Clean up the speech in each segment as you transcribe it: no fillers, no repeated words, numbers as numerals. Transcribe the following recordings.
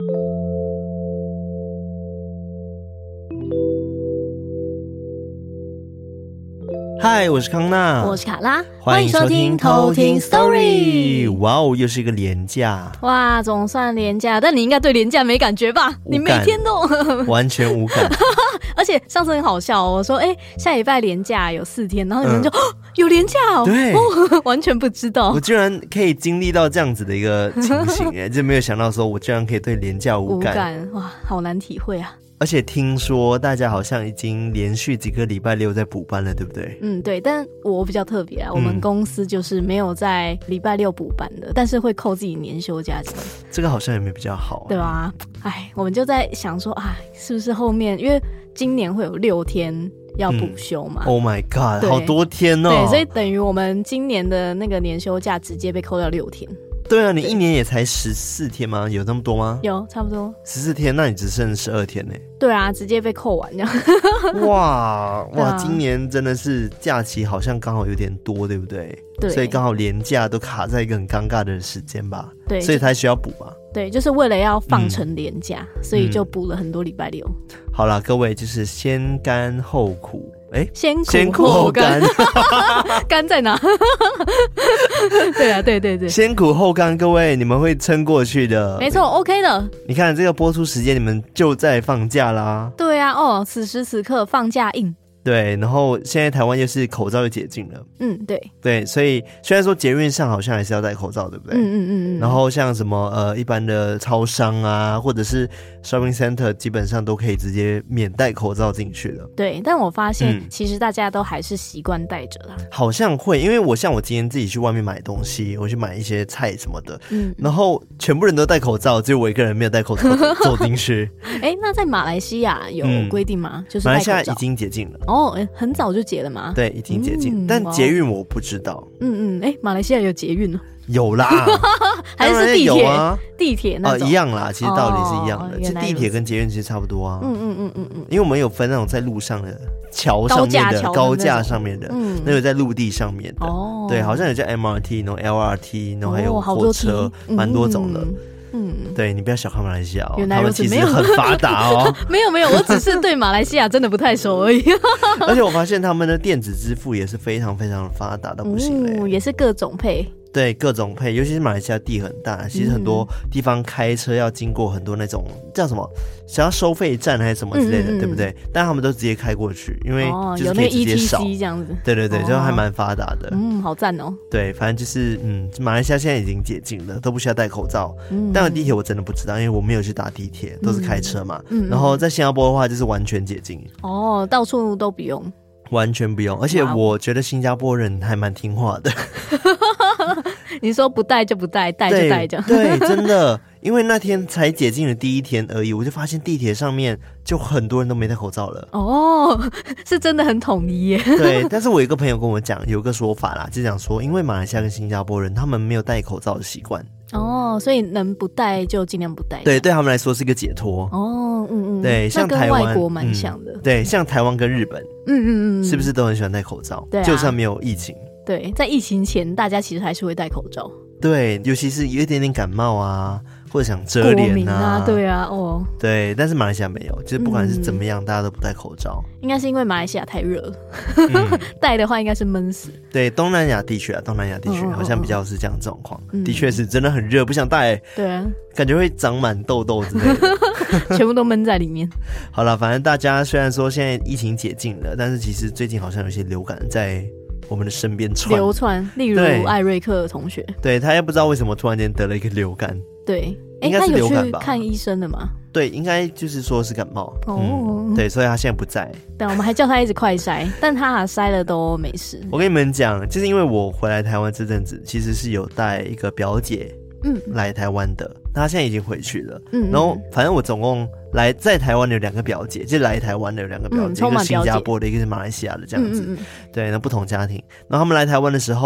嗨，我是康娜， 我是卡拉， 欢迎收听偷听 Story。 哇哦，又是一个连假， 哇，总算连假，但你应该对连假没感觉吧？你每天都完全无感而且上次很好笑我说下礼拜连假有4天，然后你们就、有连假哦， 对完全不知道我居然可以经历到这样子的一个情形就没有想到说我居然可以对连假无感哇，好难体会啊。 而且听说大家好像已经连续几个礼拜六在补班了，对不对？ 对，但我比较特别我们公司就是没有在礼拜六补班的，但是会扣自己年休假期。 这个好像也没比较好对吧？我们就在想说是不是后面因为今年会有6天要补休嘛 Oh my god， 好多天哦。 对，所以等于我们今年的那个年休假直接被扣掉6天。 对啊，你一年也才14天吗？有那么多吗？ 有，差不多 14天，那你只剩12天呢。 对啊，直接被扣完这样哇，今年真的是假期好像刚好有点多，对不对？ 对， 所以刚好连假都卡在一个很尴尬的时间吧。 对， 所以才需要补吧。 对，就是为了要放成连假，所以就补了很多礼拜六。 好啦，各位，就是先甘后苦。 先苦后甘甘在哪？对啊，对， 先苦后甘，各位你们会撑过去的。 没错 OK 的。 你看这个播出时间，你们就在放假啦。 对啊，此时此刻放假硬。 对，然后现在台湾又是口罩又解禁了。对，所以虽然说捷运上好像还是要戴口罩，对不对？然后像什么一般的超商啊，或者是 shopping center， 基本上都可以直接免戴口罩进去了。 对，但我发现其实大家都还是习惯戴着啦。 好像会，因为我今天自己去外面买东西，我去买一些菜什么的，然后全部人都戴口罩，只有我一个人没有戴口罩走进去。 那在马来西亚有规定吗？就是马来西亚已经解禁了。 很早就解了吗？ 对，已经解禁，但捷运我不知道。 马来西亚有捷运有啦还是地铁？ 有啊， 地铁那种一样啦，其实道理是一样的。其实地铁跟捷运其实差不多啊。因为我们有分那种在路上的桥上面的高架上面的，那个在陆地上面的。对，好像有叫 MRT， 然后 LRT， 然后还有火车，蛮多种的。对，你不要小看马来西亚他们其实很发达没有，我只是对马来西亚真的不太熟而已。 而且我发现他们的电子支付也是非常非常发达到不行也是各种配。 对，各种配，尤其是马来西亚地很大，其实很多地方开车要经过很多那种叫什么，想要收费站还是什么之类的，对不对？但他们都直接开过去，因为就是可以直接扫， 有那 ETC 这样子。 对，就还蛮发达的。 好赞哦。 对，反正就是马来西亚现在已经解禁了，都不需要戴口罩。但地铁我真的不知道，因为我没有去搭地铁，都是开车嘛。然后在新加坡的话，就是完全解禁。 到处都不用。 完全不用，而且我觉得新加坡人还蛮听话的。 你说不戴就不戴，戴就戴这样。 对，真的，因为那天才解禁的第1天而已，我就发现地铁上面就很多人都没戴口罩了。 是真的很统一耶。 对，但是我有一个朋友跟我讲，有一个说法啦，就讲说，因为马来西亚跟新加坡人他们没有戴口罩的习惯。 所以能不戴就尽量不戴。 对他们来说是一个解脱。对，像台湾那跟外国蛮像的。 对，像台湾跟日本，是不是都很喜欢戴口罩？ 对， 就算没有疫情。 对，在疫情前，大家其实还是会戴口罩。 对，尤其是有一点点感冒啊，或者想遮脸啊， 对啊， 对，但是马来西亚没有，就是不管是怎么样，大家都不戴口罩。 应该是因为马来西亚太热了，戴的话应该是闷死。 对，东南亚地区好像比较是这样状况，的确是真的很热，不想戴。 对啊， 感觉会长满痘痘之类的， 全部都闷在里面。 好了，反正大家虽然说现在疫情解禁了，但是其实最近好像有些流感在我们的身边流窜，例如艾瑞克同学， 对，他也不知道为什么突然间得了一个流感。 对， 应该是流感吧？ 他有去看医生的吗？ 对，应该就是说是感冒。对，所以他现在不在。 对，我们还叫他一直快筛，但他筛了都没事。 我跟你们讲，就是因为我回来台湾这阵子，其实是有带一个表姐来台湾的，她现在已经回去了。然后反正我总共在台湾的有2个表姐，就来台湾的有2个表姐，一个是新加坡的，一个是马来西亚的这样子。对，那不同家庭。然后他们来台湾的时候，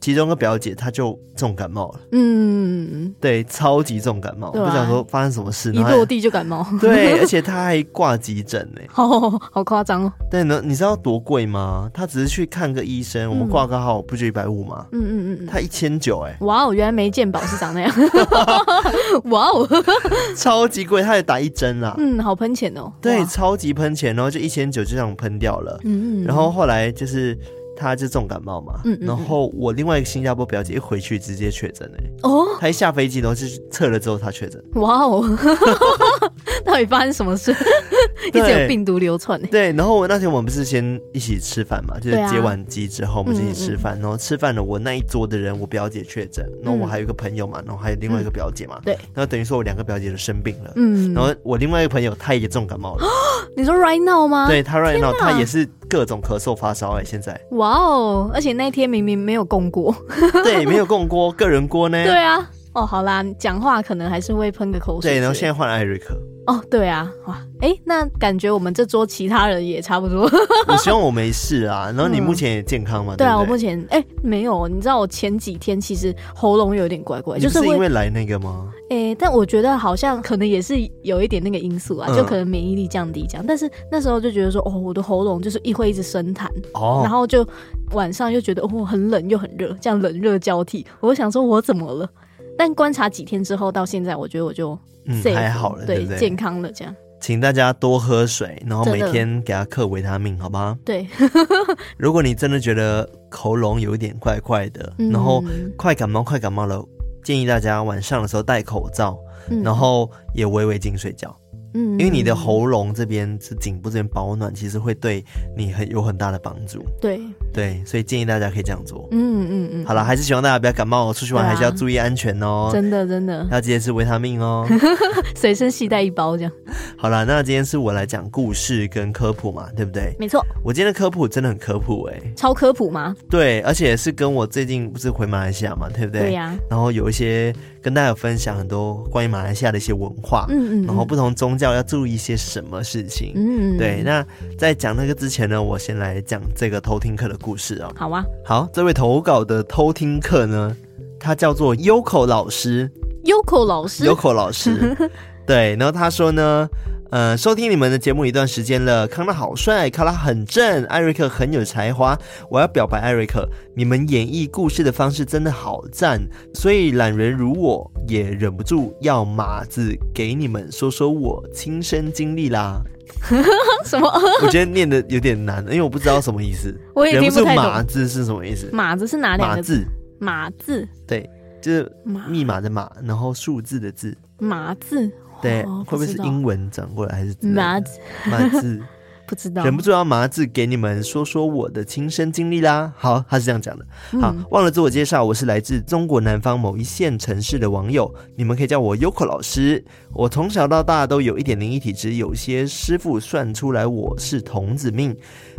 其中一个表姐她就重感冒了，对，超级重感冒，不想说发生什么事， 一落地就感冒， 对，而且她还挂急诊呢， 好夸张哦。 对呢，你知道多贵吗？她只是去看个医生，我们挂个号不就150吗？她1900哎， 哇哦，原来没健保是长那样，哇哦， 超级贵，她也打1针啦， 好喷钱哦， 对，超级喷钱，然后就1900就这样喷掉了，然后后来就是他就重感冒嘛，然后我另外一个新加坡表姐一回去直接确诊她一下飞机然后就测了之后她确诊， 哇哦，到底发生什么事？一直有病毒流窜对，然后那天我们不是先一起吃饭嘛，就是接完机之后我们一起吃饭，然后吃饭了我那一桌的人我表姐确诊，然后我还有一个朋友嘛，然后还有另外一个表姐嘛， 对， 然后等于说我2个表姐都生病了，然后我另外一个朋友他也重感冒了， 你说 right now 吗？ 对，他 right now 他也是各种咳嗽发烧现在， 哇哦，而且那天明明没有共锅， 对，没有共锅，个人锅呢， 对啊，好啦，讲话可能还是会喷个口水， 对，然后现在换艾瑞克， 对啊，哇，那感觉我们这桌其他人也差不多。 我希望我没事啊，然后你目前也健康嘛？ 对啊， 对不对， 我目前没有，你知道我前几天其实喉咙有点怪怪， 就是因为来那个吗？ 但我觉得好像可能也是有一点那个因素啊，就可能免疫力降低这样，但是那时候就觉得说我的喉咙就是会一直生痰，然后就晚上又觉得很冷又很热，这样冷热交替，我就想说我怎么了？但观察几天之后到现在，我觉得我就还好了，对不对？ 健康了这样。 请大家多喝水，然后每天给他嗑维他命，好吗？ 对。 如果你真的觉得喉咙有一点怪怪的，然后快感冒了，建议大家晚上的时候戴口罩，然后也围围巾睡觉。因为你的喉咙这边是颈部这边保暖，其实会对你有很大的帮助。对，所以建议大家可以这样做。好了，还是希望大家不要感冒，出去玩还是要注意安全哦。 真的， 要记得吃维他命哦， 随身携带1包这样。 好了，那今天是我来讲故事跟科普嘛，对不对？ 没错， 我今天的科普真的很科普超科普吗？ 对，而且是跟我最近不是回马来西亚嘛，对不对？ 对呀。 然后有一些跟大家分享很多关于马来西亚的一些文化，然后不同宗教要注意一些什么事情，对。那在讲那个之前呢，我先来讲这个偷听课的故事哦。 好啊， 好，这位投稿的偷听课呢，他叫做 Yoko 老师 ，Yoko 老师， 对。然后他说呢，收听你们的节目一段时间了，康纳好帅，卡拉很正，艾瑞克很有才华，我要表白艾瑞克，你们演绎故事的方式真的好赞，所以懒人如我也忍不住要码字给你们说说我亲身经历啦。 什么？ 我觉得念的有点难，因为我不知道什么意思。 我也听不太懂。 码字是什么意思？ 码字是哪两个字？码字， 对，就是密码的码，然后数字的字。 码字， 对，会不会是英文转过来还是码字？ 码字。 不知道， 忍不住要码字给你们说说我的亲身经历啦。好，他是这样讲的。好，忘了自我介绍，我是来自中国南方某一线城市的网友，你们可以叫我 Yoko 老师。我从小到大都有一点灵异体质，有些师傅算出来我是童子命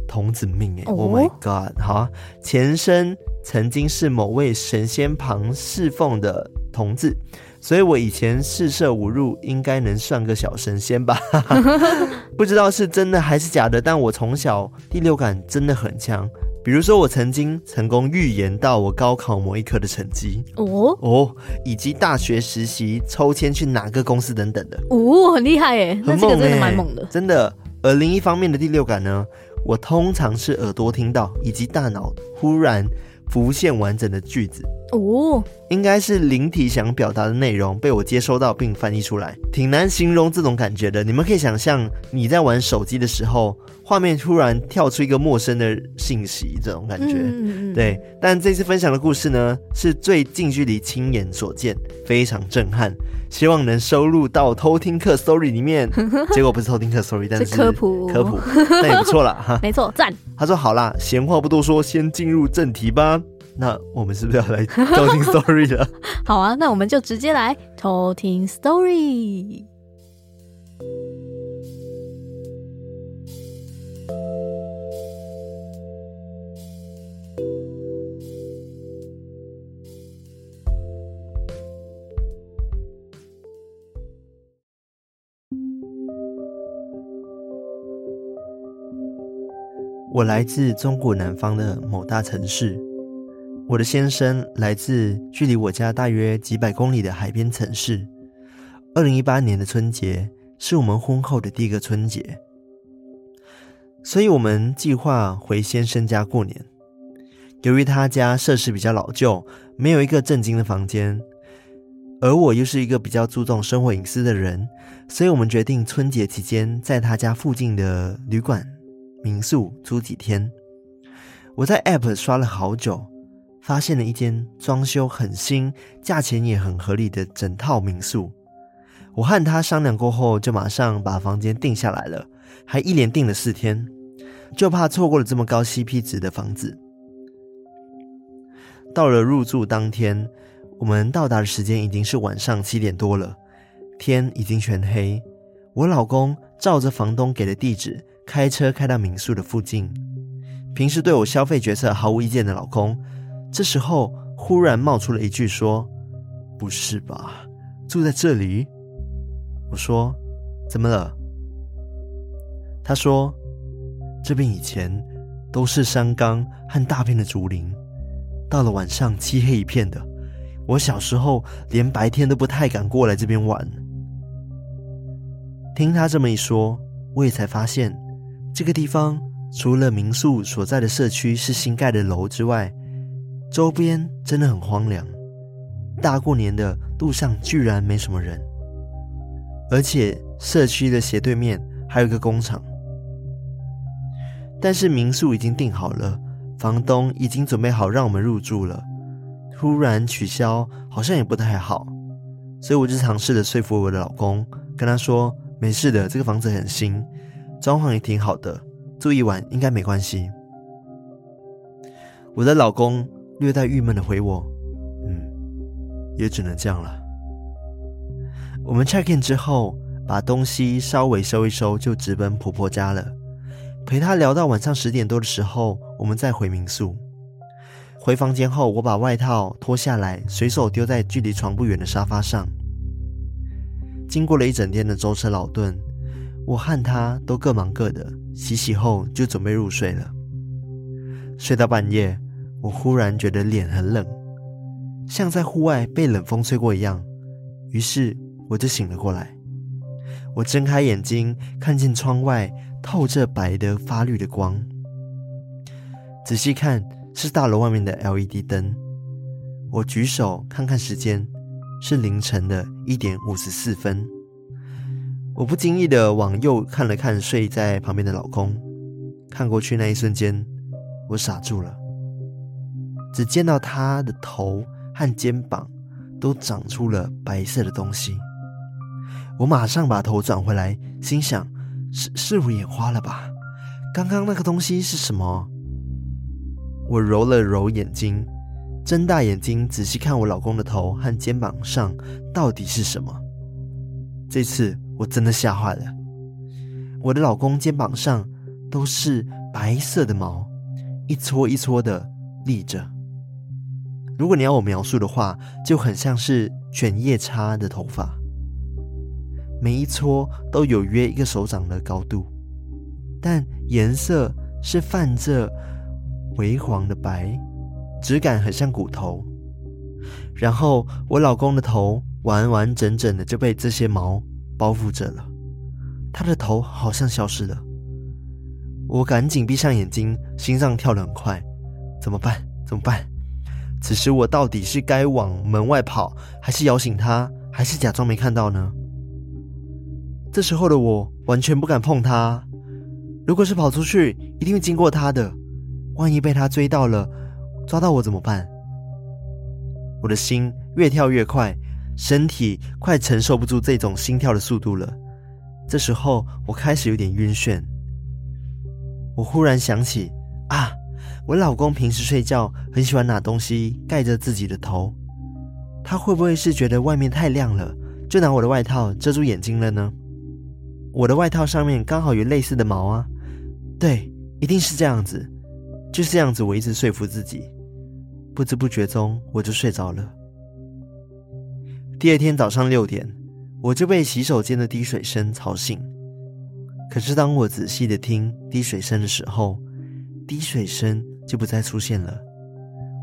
，Oh my god！ 好，前身曾经是某位神仙旁侍奉的童子。所以我以前四舍五入应该能算个小神仙吧。不知道是真的还是假的，但我从小第六感真的很强，比如说我曾经成功预言到我高考某一科的成绩以及大学实习抽签去哪个公司等等的很厉害耶，那这个真的蛮猛的， 真的。而另一方面的第六感呢，我通常是耳朵听到以及大脑忽然浮现完整的句子应该是灵体想表达的内容被我接收到并翻译出来，挺难形容这种感觉的。你们可以想象你在玩手机的时候，画面突然跳出一个陌生的信息，这种感觉对。但这次分享的故事呢，是最近距离亲眼所见，非常震撼，希望能收录到偷听课 story 里面。结果不是偷听课 story， 但是科普那也不错啦哈。 没错，赞。 他说好啦，闲话不多说，先进入正题吧。那我们是不是要来偷听 story 了？ 好啊，那我们就直接来偷听 story。 我来自中国南方的某大城市， 我的先生来自距离我家大约几百公里的海边城市。2018年的春节是我们婚后的第一个春节，所以我们计划回先生家过年。由于他家设施比较老旧，没有一个正经的房间，而我又是一个比较注重生活隐私的人，所以我们决定春节期间在他家附近的旅馆、民宿租几天。我在 App 刷了好久，发现了一间装修很新、价钱也很合理的整套民宿。我和他商量过后，就马上把房间定下来了，还一连订了4天，就怕错过了这么高 CP 值的房子。到了入住当天，我们到达的时间已经是晚上7点多了，天已经全黑。我老公照着房东给的地址开车开到民宿的附近。平时对我消费决策毫无意见的老公，这时候忽然冒出了一句说：不是吧，住在这里？我说：怎么了？他说：这边以前都是山冈和大片的竹林，到了晚上漆黑一片的，我小时候连白天都不太敢过来这边玩。听他这么一说，我也才发现这个地方除了民宿所在的社区是新盖的楼之外，周边真的很荒凉。大过年的路上居然没什么人，而且社区的斜对面还有一个工厂。但是民宿已经订好了，房东已经准备好让我们入住了，突然取消好像也不太好，所以我就尝试着说服我的老公，跟他说没事的，这个房子很新，装潢也挺好的，住一晚应该没关系。我的老公略带郁闷的回我，也只能这样了。我们 check in 之后，把东西稍微收一收，就直奔婆婆家了。陪她聊到晚上10点多的时候，我们再回民宿。回房间后，我把外套脱下来，随手丢在距离床不远的沙发上。经过了一整天的舟车劳顿，我和她都各忙各的，洗洗后就准备入睡了。睡到半夜，我忽然觉得脸很冷，像在户外被冷风吹过一样，于是我就醒了过来。我睁开眼睛，看见窗外透着白的发绿的光，仔细看是大楼外面的 LED 灯。我举手看看时间，是凌晨的1点54分。我不经意的往右看了看睡在旁边的老公，看过去那一瞬间，我傻住了。只见到他的头和肩膀都长出了白色的东西。我马上把头转回来，心想是我眼花了吧？刚刚那个东西是什么？我揉了揉眼睛，睁大眼睛仔细看我老公的头和肩膀上到底是什么。这次我真的吓坏了，我的老公肩膀上都是白色的毛，一撮一撮的立着。如果你要我描述的话，就很像是犬夜叉的头发，每一撮都有约1个手掌的高度，但颜色是泛着微黄的白，质感很像骨头。然后我老公的头完完整整的就被这些毛包覆着了，他的头好像消失了。我赶紧闭上眼睛，心脏跳得很快，怎么办？怎么办？此时我到底是该往门外跑，还是摇醒他，还是假装没看到呢？这时候的我完全不敢碰他，如果是跑出去，一定会经过他的，万一被他追到了，抓到我怎么办？我的心越跳越快，身体快承受不住这种心跳的速度了。这时候我开始有点晕眩。我忽然想起我老公平时睡觉很喜欢拿东西盖着自己的头，他会不会是觉得外面太亮了，就拿我的外套遮住眼睛了呢？我的外套上面刚好有类似的毛啊，对，一定是这样子。就是这样子，我一直说服自己，不知不觉中我就睡着了。第二天早上6点，我就被洗手间的滴水声吵醒。可是当我仔细的听滴水声的时候，滴水声就不再出现了。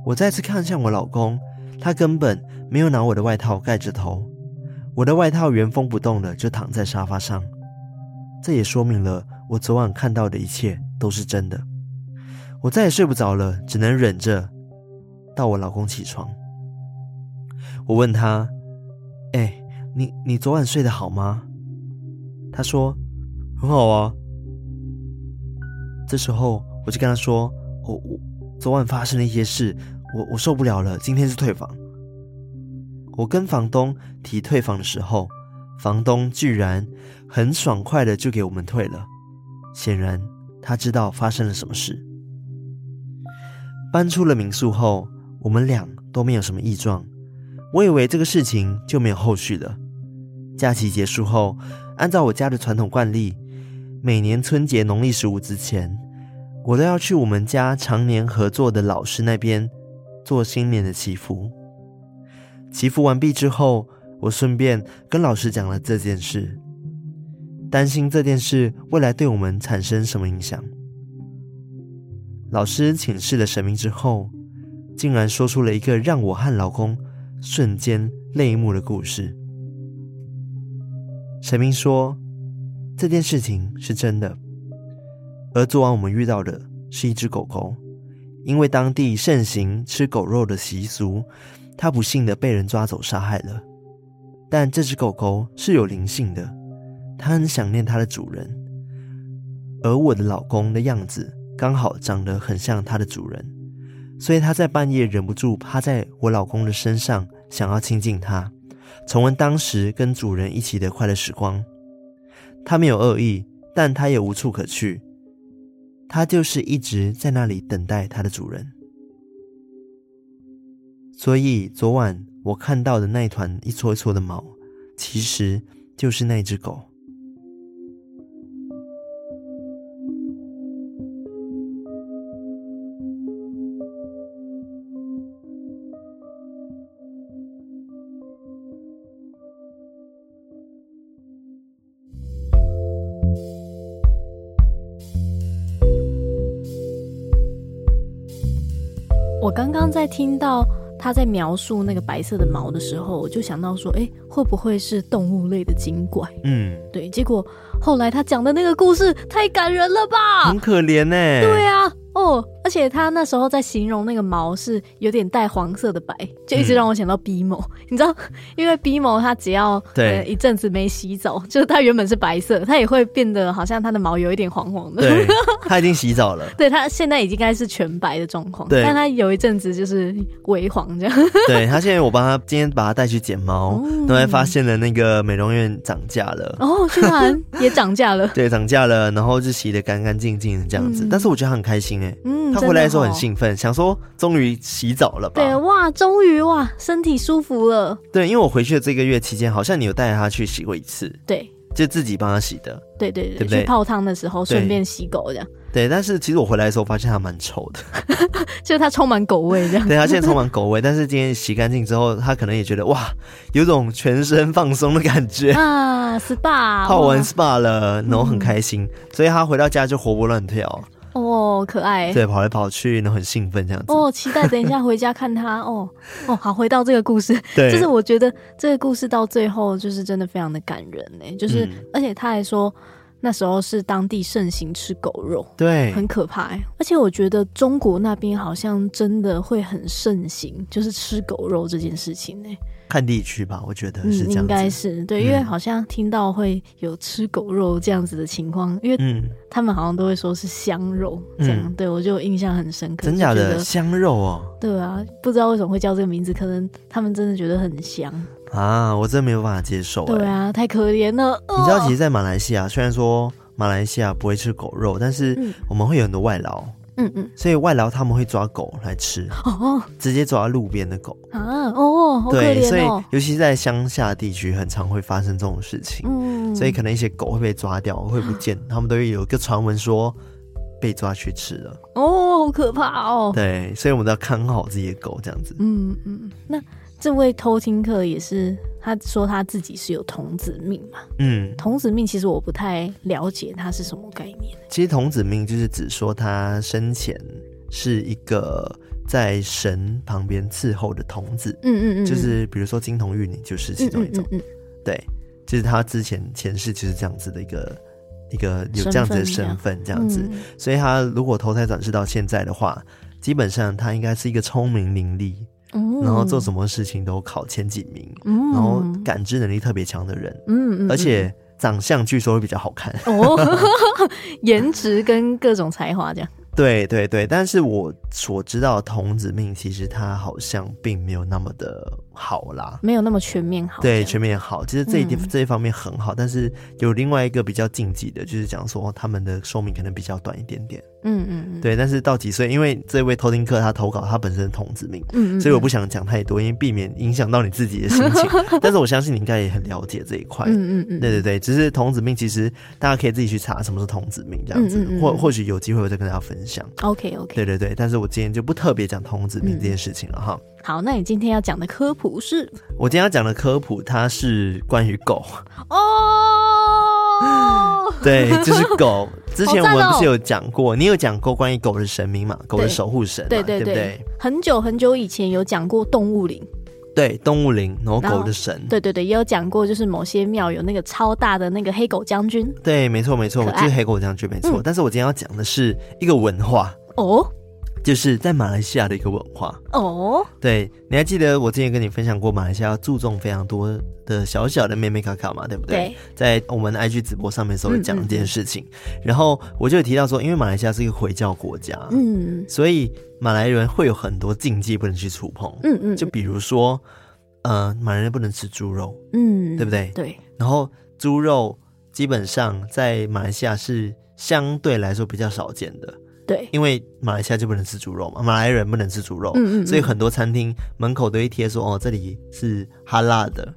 我再次看向我老公，他根本没有拿我的外套盖着头，我的外套原封不动的就躺在沙发上。这也说明了我昨晚看到的一切都是真的。我再也睡不着了，只能忍着到我老公起床。我问他，你昨晚睡得好吗？他说很好啊。这时候我就跟他说，我昨晚发生了一些事，我受不了了，今天是退房。我跟房东提退房的时候，房东居然很爽快的就给我们退了，显然他知道发生了什么事。搬出了民宿后，我们俩都没有什么异状，我以为这个事情就没有后续了。假期结束后，按照我家的传统惯例，每年春节农历15之前，我都要去我们家常年合作的老师那边做新年的祈福。祈福完毕之后，我顺便跟老师讲了这件事，担心这件事未来对我们产生什么影响。老师请示了神明之后，竟然说出了一个让我和老公瞬间泪目的故事。神明说，这件事情是真的，而昨晚我们遇到的是一只狗狗，因为当地盛行吃狗肉的习俗，它不幸的被人抓走杀害了。但这只狗狗是有灵性的，它很想念它的主人，而我的老公的样子刚好长得很像它的主人，所以它在半夜忍不住趴在我老公的身上，想要亲近它，重温当时跟主人一起的快乐时光。它没有恶意，但它也无处可去，它就是一直在那里等待它的主人。所以昨晚我看到的那一团一撮一撮的毛，其实就是那只狗。 我刚刚在听到他在描述那个白色的毛的时候，我就想到说，会不会是动物类的精怪？对，结果后来他讲的那个故事太感人了吧， 很可怜耶。 对啊，而且他那时候在形容那个毛是有点带黄色的白，就一直让我想到 BMO。你知道，因为 BMO 他只要一阵子没洗澡，就是他原本是白色，他也会变得好像他的毛有一点黄黄的。 对，他已经洗澡了。 对，他现在已经该是全白的状况，但他有一阵子就是微黄这样。 对，他现在我今天把他带去剪毛，然后还发现了那个美容院涨价了。 居然也涨价了。 对，涨价了，然后就洗得干干净净的这样子。但是我觉得他很开心他回来的时候很兴奋，想说终于洗澡了吧。 对，哇，终于哇，身体舒服了。 对，因为我回去的这个月期间，好像你有带他去洗过一次。 对， 就自己帮他洗的。 对对 对，去泡汤的时候顺便洗狗这样。 对，但是其实我回来的时候发现他蛮臭的。 就是他充满狗味这样。 对，他现在充满狗味，但是今天洗干净之后，他可能也觉得哇，有种全身放松的感觉啊 ，SPA 泡完 SPA 了，然后很开心，所以他回到家就活蹦乱跳。 可爱。 对，跑来跑去，然后很兴奋这样子。 期待等一下回家看他。好，回到这个故事， 对， 就是我觉得这个故事到最后就是真的非常的感人就是而且他还说那时候是当地盛行吃狗肉， 对， 很可怕而且我觉得中国那边好像真的会很盛行，就是吃狗肉这件事情看地区吧，我觉得是这样子。 应该是对，因为好像听到会有吃狗肉这样子的情况，因为他们好像都会说是香肉这样。对，我就印象很深刻。 真假的香肉对啊，不知道为什么会叫这个名字，可能他们真的觉得很香啊，我真的没有办法接受。 对啊，太可怜了。 你知道，其实在马来西亚，虽然说马来西亚不会吃狗肉，但是我们会有很多外劳。所以外劳他们会抓狗来吃，直接抓路边的狗好可怜对，所以尤其在乡下地区很常会发生这种事情。所以可能一些狗会被抓掉，会不见，他们都会有一个传闻说被抓去吃了。 好可怕对，所以我们都要看好自己的狗这样子。 那这位偷听客也是，他说他自己是有童子命嘛。童子命其实我不太了解它是什么概念。 其实童子命就是指说他生前是一个在神旁边伺候的童子，就是比如说金童玉女就是其中一种，对，就是他之前前世就是这样子的一个有这样子的身份这样子，所以他如果投胎转世到现在的话，基本上他应该是一个聪明伶俐，然后做什么事情都考前几名，然后感知能力特别强的人，而且长相据说会比较好看哦， 颜值跟各种才华这样。 对对对，但是我所知道的童子命其实它好像并没有那么的好啦， 没有那么全面好。 对，全面好，其实这一方面很好，但是有另外一个比较禁忌的，就是讲说他们的寿命可能比较短一点点。对，但是到几岁？因为这位偷听客他投稿他本身是童子命，所以我不想讲太多，因为避免影响到你自己的心情。但是我相信你应该也很了解这一块。对对对，只是童子命其实大家可以自己去查什么是童子命这样子，或许有机会我再跟大家分享。 OK， 对对对，但是我今天就不特别讲童子命这件事情了哈。 好，那你今天要讲的科普是？ 我今天要讲的科普，它是关于狗对，就是狗。之前我们不是有讲过，你有讲过关于狗的神明嘛？狗的守护神嘛，对不对？ 很久很久以前有讲过动物灵。 对，动物灵，然后狗的神。对对对，也有讲过，就是某些庙有那个超大的那个黑狗将军。 对，没错没错，就是黑狗将军没错。但是我今天要讲的是一个文化就是在马来西亚的一个文化对，你还记得我之前跟你分享过，马来西亚注重非常多的小小的妹妹卡卡嘛，对不对？对，在我们的 IG 直播上面的时候讲这件事情，然后我就有提到说，因为马来西亚是一个回教国家，所以马来人会有很多禁忌不能去触碰，就比如说马来人不能吃猪肉，对不对？对，然后猪肉基本上在马来西亚是相对来说比较少见的。对，因为马来西亚就不能吃猪肉嘛，马来人不能吃猪肉，所以很多餐厅门口都会贴说这里是哈拉的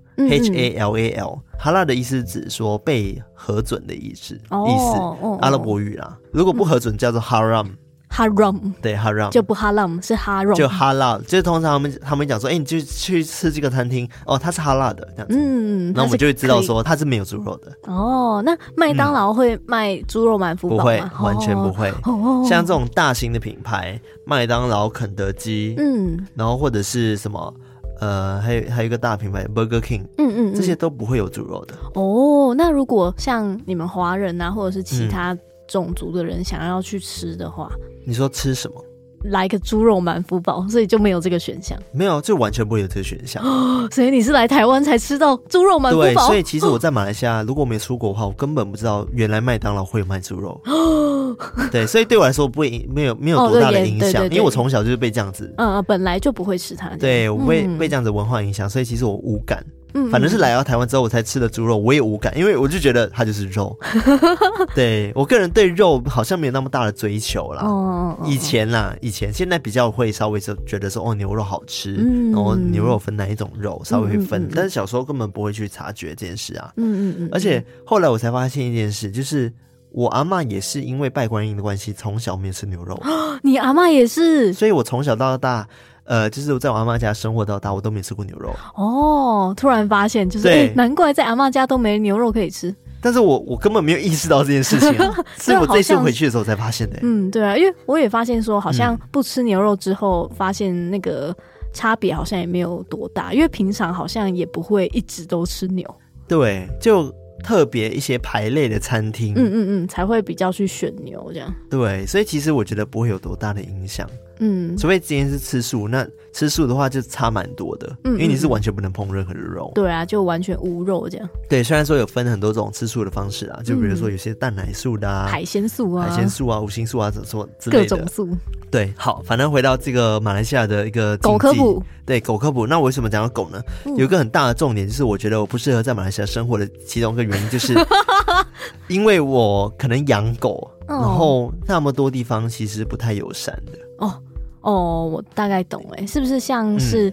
，HALAL， 哈拉的意思指说被核准的意思，阿拉伯语啦，如果不核准叫做 haram。对 haram 就不哈拉姆是哈肉， 就哈拉，就是通常他们讲说，你就去吃这个餐厅它是哈拉的这样子，然后我们就会知道说它是没有猪肉的。 那麦当劳会卖猪肉满福堡吗？ 不会，完全不会。像这种大型的品牌，麦当劳、肯德基，然后或者是什么还有一个大品牌 Burger King， 这些都不会有猪肉的。 那如果像你们华人啊，或者是其他种族的人想要去吃的话， 你说吃什么？ 来个猪肉满福堡，所以就没有这个选项。 没有，就完全不会有这个选项。 所以你是来台湾才吃到猪肉满福堡？ 对，所以其实我在马来西亚，如果我没出国的话，我根本不知道原来麦当劳会有卖猪肉。对，所以对我来说没有多大的影响，因为我从小就是被这样子， 本来就不会吃它。 对，我被这样子文化影响，所以其实我无感。反正是来到台湾之后我才吃的猪肉，我也无感，因为我就觉得它就是肉。对，我个人对肉好像没有那么大的追求啦。以前现在比较会稍微觉得说牛肉好吃，然后牛肉分哪一种肉稍微会分，但是小时候根本不会去察觉这件事啊。而且后来我才发现一件事，就是我阿嬷也是因为拜观音的关系，从小没有吃牛肉。 你阿嬷也是？ 所以我从小到大就是在我阿嬷家生活到大，我都没吃过牛肉。 突然发现就是难怪在阿嬷家都没牛肉可以吃。 但是我根本没有意识到这件事情是我这次回去的时候才发现的。 对啊，因为我也发现说好像不吃牛肉之后，发现那个差别好像也没有多大，因为平常好像也不会一直都吃牛。 对，就特别一些排类的餐厅才会比较去选牛这样。 对，所以其实我觉得不会有多大的影响。除非今天是吃素，那吃素的话就差蛮多的，因为你是完全不能碰任何的肉。 对啊，就完全无肉这样。 对，虽然说有分很多种吃素的方式啊，就比如说有些蛋奶素的海鲜素啊、 五星素啊什么之类的各种素。 对，好，反正回到这个马来西亚的一个狗科普。 对，狗科普。那我为什么讲到狗呢？有一个很大的重点，就是我觉得我不适合在马来西亚生活的其中一个原因，就是因为我可能养狗，然后那么多地方其实不太友善的。 我大概懂是不是像是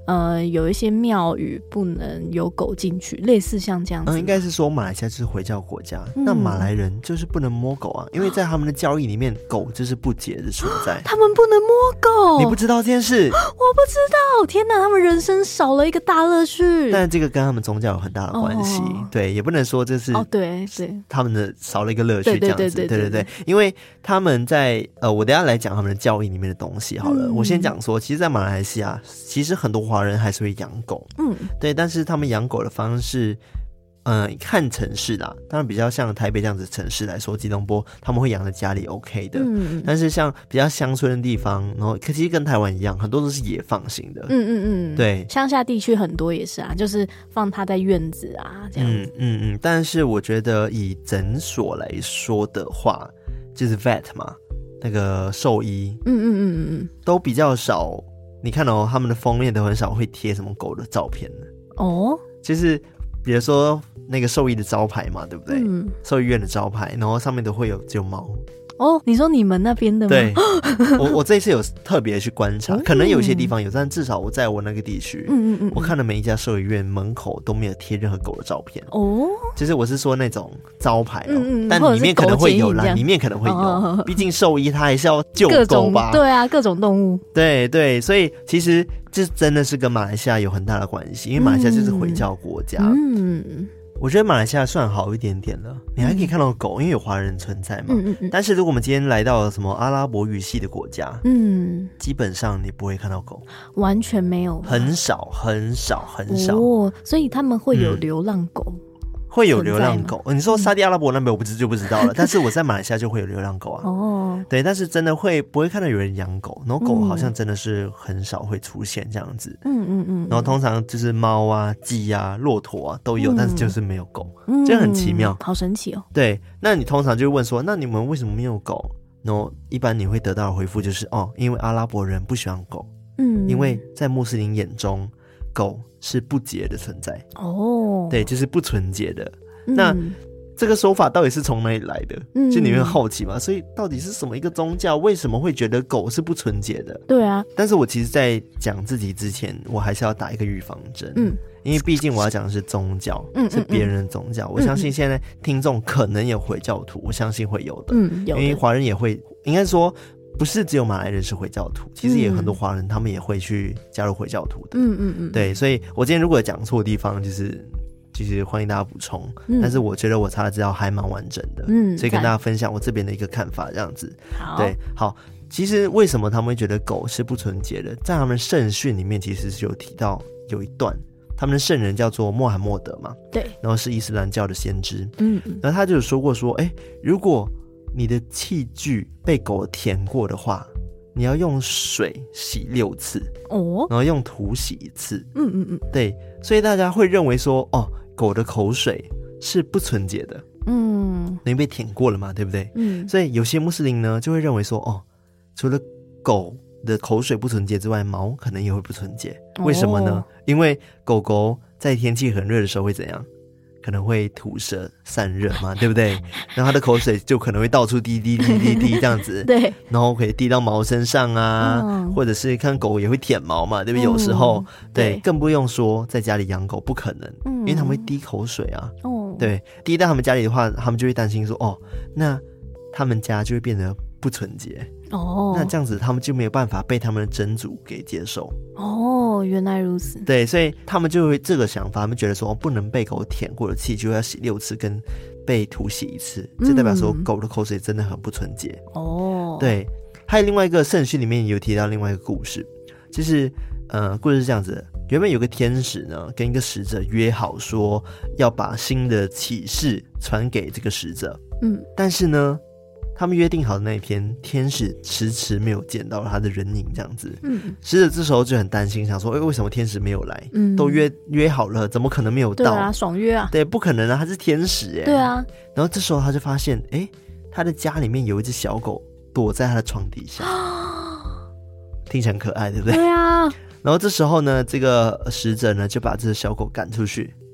有一些庙宇不能有狗进去，类似像这样子。 应该是说马来西亚就是回教国家，那马来人就是不能摸狗啊，因为在他们的教义里面，狗就是不洁的存在。 他们不能摸狗， 你不知道这件事？ 我不知道，天哪，他们人生少了一个大乐趣。 但这个跟他们宗教有很大的关系，对，也不能说这是对他们的少了一个乐趣这样子，对，因为他们在我等一下来讲他们的教义里面的东西好了。我先讲说，其实，在马来西亚，其实很多华人还是会养狗，对，但是他们养狗的方式。看城市啦，当然比较像台北这样子的城市来说，吉隆坡他们会养在家里 OK 的，但是像比较乡村的地方，然后其实跟台湾一样，很多都是野放型的，对， 乡下地区很多也是啊，就是放它在院子啊这样子， 但是我觉得以诊所来说的话，就是 vet 嘛，那个兽医，都比较少，你看哦，他们的封面都很少会贴什么狗的照片的就是比如说那个兽医的招牌嘛，对不对？兽医院的招牌，然后上面都会只有猫。 你说你们那边的吗？ 对，我这一次有特别去观察，可能有些地方有，但至少我在我那个地区，我看了每一家兽医院门口都没有贴任何狗的照片。其实我是说那种招牌但里面可能会有啦，里面可能会有，毕竟兽医他还是要救狗吧？ 对啊，各种动物。 对，所以其实这真的是跟马来西亚有很大的关系，因为马来西亚就是回教国家。我觉得马来西亚算好一点点了，你还可以看到狗，因为有华人存在嘛。但是如果我们今天来到了什么阿拉伯语系的国家，基本上你不会看到狗， 完全没有， 很少。 所以他们会有流浪狗。 会有流浪狗，你说沙地阿拉伯那边我就不知道了，但是我在马来西亚就会有流浪狗啊。对，但是真的不会看到有人养狗，然后狗好像真的是很少会出现这样子。然后通常就是猫啊、鸡啊、骆驼啊都有，但是就是没有狗，这很奇妙， 好神奇哦。 对，那你通常就会问说，那你们为什么没有狗？然后一般你会得到的回复就是因为阿拉伯人不喜欢狗，因为在穆斯林眼中狗是不洁的存在。对，就是不纯洁的。那这个说法到底是从哪里来的？就你会好奇嘛？所以到底是什么一个宗教为什么会觉得狗是不纯洁的？ 对啊。 但是我其实在讲自己之前，我还是要打一个预防针。因为毕竟我要讲的是宗教，是别人的宗教。我相信现在听众可能有回教徒，我相信会有的。因为华人也会，应该说不是只有马来人是回教徒，其实也有很多华人他们也会去加入回教徒的。对，所以我今天如果讲错地方，就是欢迎大家补充，但是我觉得我查的资料还蛮完整的，所以跟大家分享我这边的一个看法，这样子。对，好，其实为什么他们会觉得狗是不纯洁的？在他们圣训里面其实是有提到有一段，他们的圣人叫做穆罕默德嘛， 对， 然后是伊斯兰教的先知，然后他就有说过说，如果你的器具被狗舔过的话，你要用水洗6次，然后用土洗1次，对，所以大家会认为说，狗的口水是不纯洁的，因为被舔过了嘛，对不对？所以有些穆斯林呢就会认为说，除了狗的口水不纯洁之外，毛可能也会不纯洁。为什么呢？因为狗狗在天气很热的时候会怎样？可能会吐舌散热嘛，对不对？然后它的口水就可能会到处滴这样子，对，然后可以滴到毛身上啊，或者是看狗也会舔毛嘛，对不对？有时候，对，更不用说在家里养狗，不可能，因为他们会滴口水啊，对，滴到他们家里的话，他们就会担心说，那他们家就会变得不纯洁。那这样子他们就没有办法被他们的真主给接受。 原来如此。 对，所以他们就会这个想法，他们觉得说，不能被狗舔过的器就要洗6次，跟被土洗1次，这代表说狗的口水真的很不纯洁。对，还有另外一个圣训里面有提到另外一个故事，就是故事是这样子的，原本有个天使呢跟一个使者约好说要把新的启示传给这个使者，但是呢他们约定好的那一天，天使迟迟没有见到他的人影，这样子。使者这时候就很担心，想说，为什么天使没有来？都约好了，怎么可能没有到？ 对啊，爽约啊！ 对，不可能啊，他是天使对啊。 然后这时候他就发现，他的家里面有一只小狗躲在他的床底下，听起来很可爱，对不对？ 对啊。 然后这时候呢，这个使者呢就把这只小狗赶出去，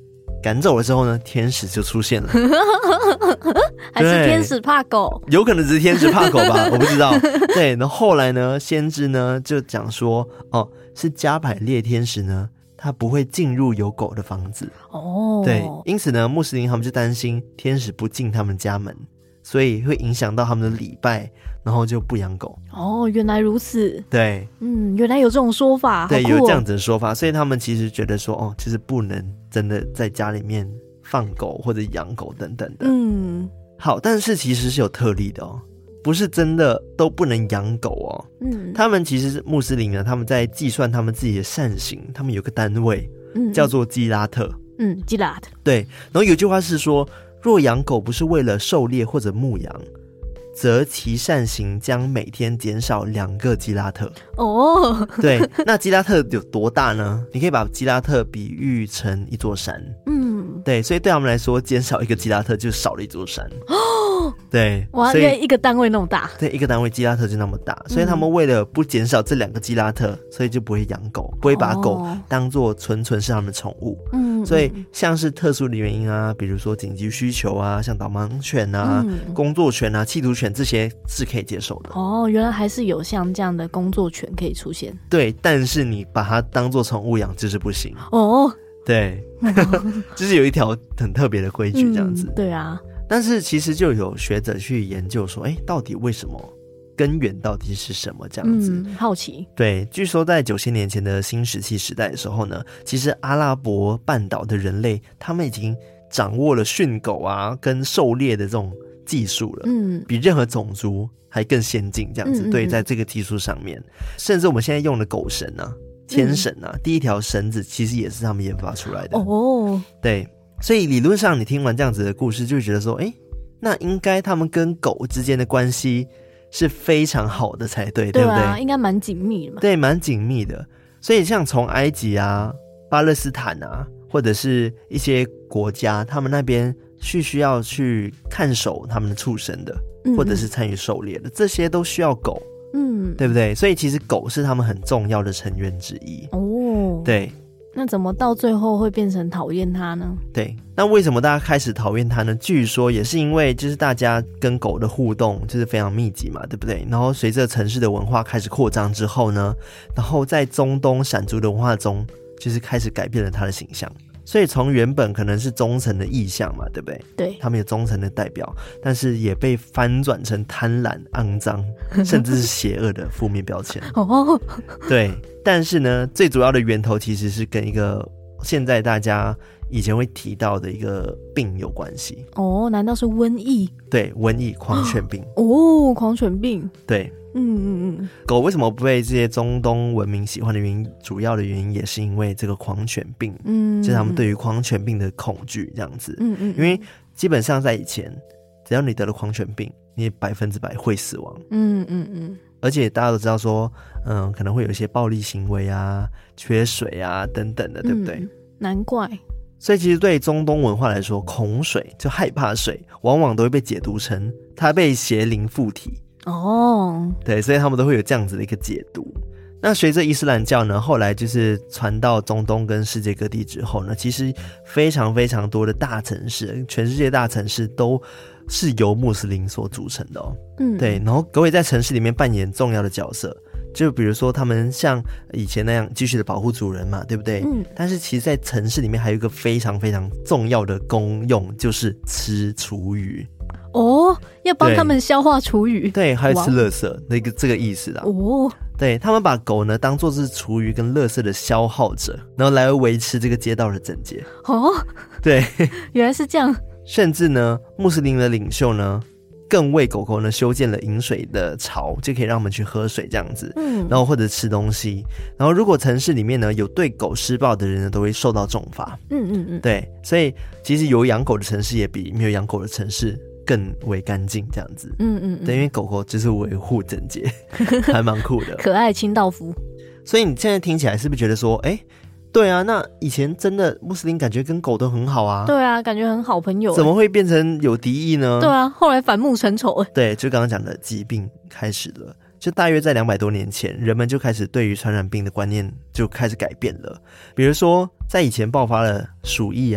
赶走了之后呢，天使就出现了。 还是天使怕狗？ 有可能只是天使怕狗吧，我不知道。对，然后后来呢，先知呢就讲说，是加百列天使呢，他不会进入有狗的房子。对，因此呢，穆斯林他们就担心天使不进他们家门，所以会影响到他们的礼拜，然后就不养狗。 原来如此。 对， 原来有这种说法。 对，有这样子的说法，所以他们其实觉得说，其实不能真的在家里面放狗或者养狗等等的。好，但是其实是有特例的不是真的都不能养狗他们其实穆斯林呢，他们在计算他们自己的善行，他们有个单位叫做基拉特。 基拉特。对， 然后有句话是说，若养狗不是为了狩猎或者牧羊，则其善行将每天减少2个基拉特。对，那基拉特有多大呢？你可以把基拉特比喻成一座山。对，所以对他们来说，减少1个基拉特就少了一座山。对， 哇，因为一个单位那么大。 对，一个单位基拉特就那么大，所以他们为了不减少这2个基拉特，所以就不会养狗，不会把狗当作纯是他们的宠物。所以像是特殊的原因啊，比如说紧急需求啊，像导盲犬啊、工作犬啊、缉毒犬，这些是可以接受的。 原来还是有像这样的工作犬可以出现。 对，但是你把它当作宠物养就是不行。对，就是有一条很特别的规矩这样子。 对啊。 但是其实就有学者去研究说，到底为什么，根源到底是什么这样子。 好奇。对， 据说在9000年前的新石器时代的时候呢，其实阿拉伯半岛的人类他们已经掌握了训狗啊跟狩猎的这种技术了，比任何种族还更先进这样子。对，在这个技术上面，甚至我们现在用的狗绳啊、牵绳啊，第一条绳子其实也是他们研发出来的。对，所以理论上你听完这样子的故事，就会觉得说，那应该他们跟狗之间的关系是非常好的才对，对不对？ 应该蛮紧密的嘛。 对，蛮紧密的。所以像从埃及啊、巴勒斯坦啊，或者是一些国家，他们那边需要去看守他们的畜生的，或者是参与狩猎的，这些都需要狗。对不对？所以其实狗是他们很重要的成员之一。对。 那怎么到最后会变成讨厌它呢？ 对，那为什么大家开始讨厌它呢？据说也是因为就是大家跟狗的互动就是非常密集嘛，对不对？然后随着城市的文化开始扩张之后呢，然后在中东闪族的文化中，就是开始改变了它的形象。所以从原本可能是忠诚的意象嘛，对不对？对，他们有忠诚的代表，但是也被翻转成贪婪、肮脏，甚至是邪恶的负面标签。对，但是呢，最主要的源头其实是跟一个现在大家以前会提到的一个病有关系。难道是瘟疫？对，瘟疫、狂犬病。 狂犬病。 对。狗为什么不被这些中东文明喜欢的原因，主要的原因也是因为这个狂犬病，就是他们对于狂犬病的恐惧这样子。因为基本上在以前，只要你得了狂犬病，你100%会死亡。而且大家都知道说，可能会有一些暴力行为啊、缺水啊等等的，对不对？ 难怪。 所以其实对中东文化来说，恐水就害怕水，往往都会被解读成它被邪灵附体。对，所以他们都会有这样子的一个解读。那随着伊斯兰教呢，后来就是传到中东跟世界各地之后呢，其实非常非常多的大城市，全世界大城市都是由穆斯林所组成的对，然后狗也在城市里面扮演重要的角色。就比如说他们像以前那样继续的保护主人嘛，对不对？但是其实在城市里面还有一个非常非常重要的功用，就是吃厨余。 要帮他们消化厨余。 对，还有吃垃圾那个这个意思啦。对，他们把狗呢当作是厨余跟垃圾的消耗者，然后来维持这个街道的整洁。对， 原来是这样。 甚至呢，穆斯林的领袖呢更为狗狗呢修建了饮水的槽，就可以让我们去喝水这样子，然后或者吃东西。然后如果城市里面呢有对狗施暴的人呢，都会受到重罚。对，所以其实有养狗的城市也比没有养狗的城市更为干净这样子。对，因为狗狗就是维护整洁，还蛮酷的， 可爱清道夫。 所以你现在听起来是不是觉得说，对啊，那以前真的穆斯林感觉跟狗都很好啊。 对啊，感觉很好朋友。 怎么会变成有敌意呢？ 对啊，后来反目成仇。 对，就刚刚讲的疾病开始了，就大约在200多年前，人们就开始对于传染病的观念就开始改变了。比如说在以前爆发了鼠疫啊、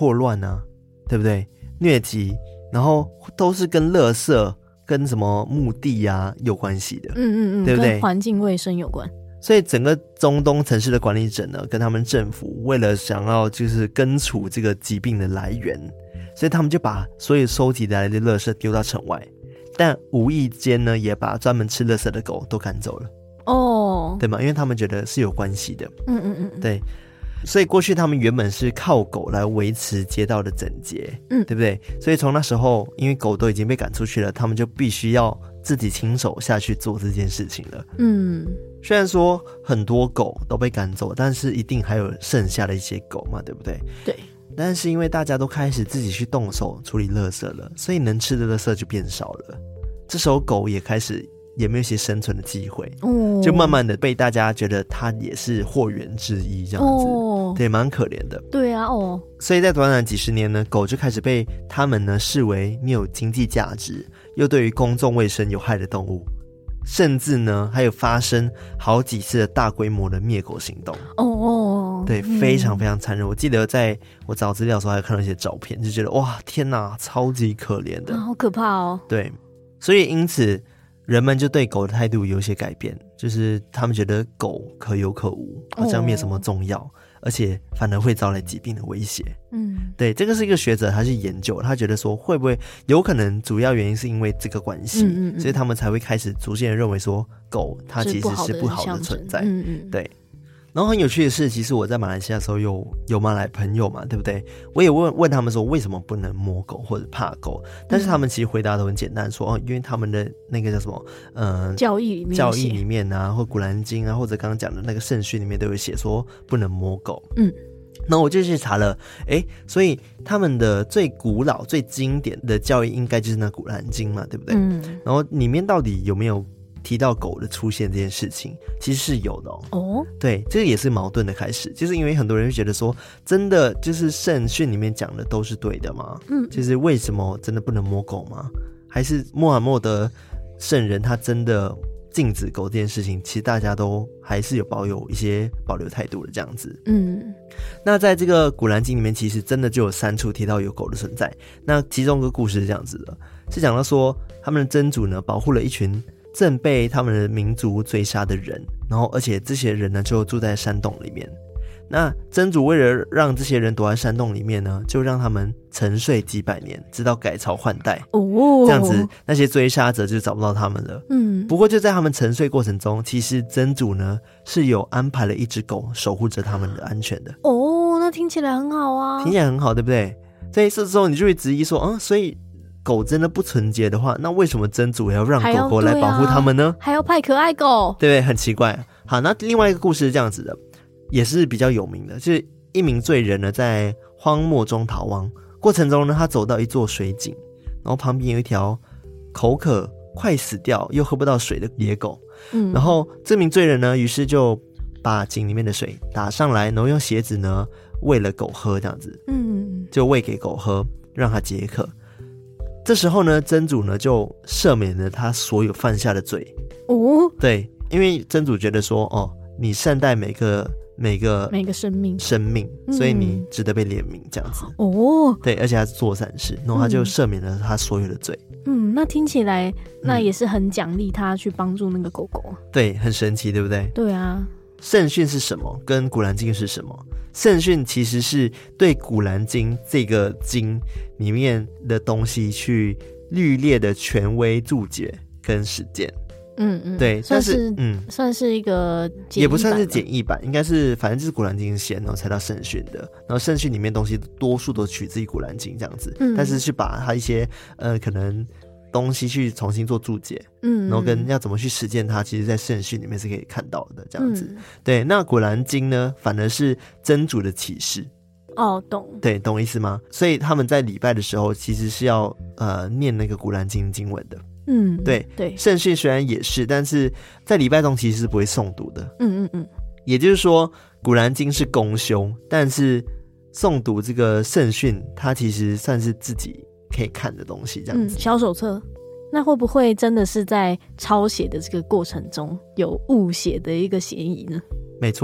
破乱啊，对不对？疟疾，然后都是跟垃圾跟什么墓地啊有关系的，对不对？ 跟环境卫生有关。 所以整个中东城市的管理者呢，跟他们政府为了想要就是根除这个疾病的来源，所以他们就把所有收集来的垃圾丢到城外，但无意间呢，也把专门吃垃圾的狗都赶走了。对吗？因为他们觉得是有关系的。对。所以过去他们原本是靠狗来维持街道的整洁，对不对？所以从那时候，因为狗都已经被赶出去了，他们就必须要自己亲手下去做这件事情了。虽然说很多狗都被赶走，但是一定还有剩下的一些狗嘛，对不对？ 对。 但是因为大家都开始自己去动手处理垃圾了，所以能吃的垃圾就变少了。这时候狗也开始也没有一些生存的机会，就慢慢的被大家觉得它也是货源之一这样子，对，蛮可怜的。 对啊， 所以在短短几十年呢，狗就开始被他们呢视为没有经济价值，又对于公众卫生有害的动物，甚至呢还有发生好几次的大规模的灭狗行动。对，非常非常残忍。我记得在我找资料的时候还看到一些照片，就觉得哇天哪，超级可怜的， 好可怕哦。 对，所以因此人们就对狗的态度有一些改变，就是他们觉得狗可有可无，好像没有什么重要，而且反而会招来疾病的威胁。对，这个是一个学者他去研究，他觉得说会不会有可能主要原因是因为这个关系，所以他们才会开始逐渐认为说狗它其实是不好的存在。对。然后很有趣的是，其实我在马来西亚的时候有马来朋友嘛，对不对？我也问他们说为什么不能摸狗或者怕狗，但是他们其实回答都很简单，说因为他们的那个叫什么教义里面啊，或古兰经啊，或者刚刚讲的那个圣训里面都有写说不能摸狗。然后我就去查了，所以他们的最古老最经典的教义应该就是那古兰经嘛，对不对？然后里面到底有没有提到狗的出现这件事情，其实是有的对，这个也是矛盾的开始，就是因为很多人会觉得说，真的就是圣训里面讲的都是对的吗？就是为什么真的不能摸狗吗？还是穆罕默德圣人他真的禁止狗这件事情，其实大家都还是有保留态度的这样子。那在这个古兰经里面，其实真的就有3处提到有狗的存在。那其中一个故事是这样子的，是讲到说他们的真主呢保护了一群正被他们的民族追杀的人，然后而且这些人呢就住在山洞里面。那真主为了让这些人躲在山洞里面呢，就让他们沉睡几百年，直到改朝换代。这样子那些追杀者就找不到他们了。不过就在他们沉睡过程中，其实真主呢是有安排了一只狗守护着他们的安全的。 那听起来很好啊， 听起来很好，对不对？所以这时候你就会质疑说，所以狗真的不纯洁的话，那为什么真主要让狗狗来保护他们呢？ 还要派可爱狗， 对不对？很奇怪。好，那另外一个故事是这样子的，也是比较有名的，就是一名罪人呢在荒漠中逃亡，过程中呢他走到一座水井，然后旁边有一条口渴快死掉又喝不到水的野狗。然后这名罪人呢于是就把井里面的水打上来，然后用鞋子呢喂了狗喝，这样子就喂给狗喝让它解渴。这时候呢真主呢就赦免了他所有犯下的罪。对，因为真主觉得说你善待每个生命，所以你值得被怜悯这样子。对，而且他是做善事，然后他就赦免了他所有的罪。 那听起来那也是很奖励他去帮助那个狗狗。 对，很神奇，对不对？ 对啊。 圣训是什么？跟古兰经是什么？圣训其实是对古兰经这个经里面的东西去律列的权威注解跟实践。对，但是算是一个简易版， 也不算是简易版，应该是反正就是古兰经先，然后才到圣训的，然后圣训里面东西多数都取自于古兰经这样子，但是去把它一些可能东西去重新做注解，然后跟要怎么去实践它，其实在圣训里面是可以看到的这样子。对，那古兰经呢反而是真主的启示。 懂。 对，懂意思吗？所以他们在礼拜的时候其实是要念那个古兰经经文的。对，圣训虽然也是，但是在礼拜中其实是不会诵读的。也就是说古兰经是公修，但是诵读这个圣训它其实算是自己可以看的东西这样子。 小手册。那会不会真的是在抄写的这个过程中有误写的一个嫌疑呢？ 没错，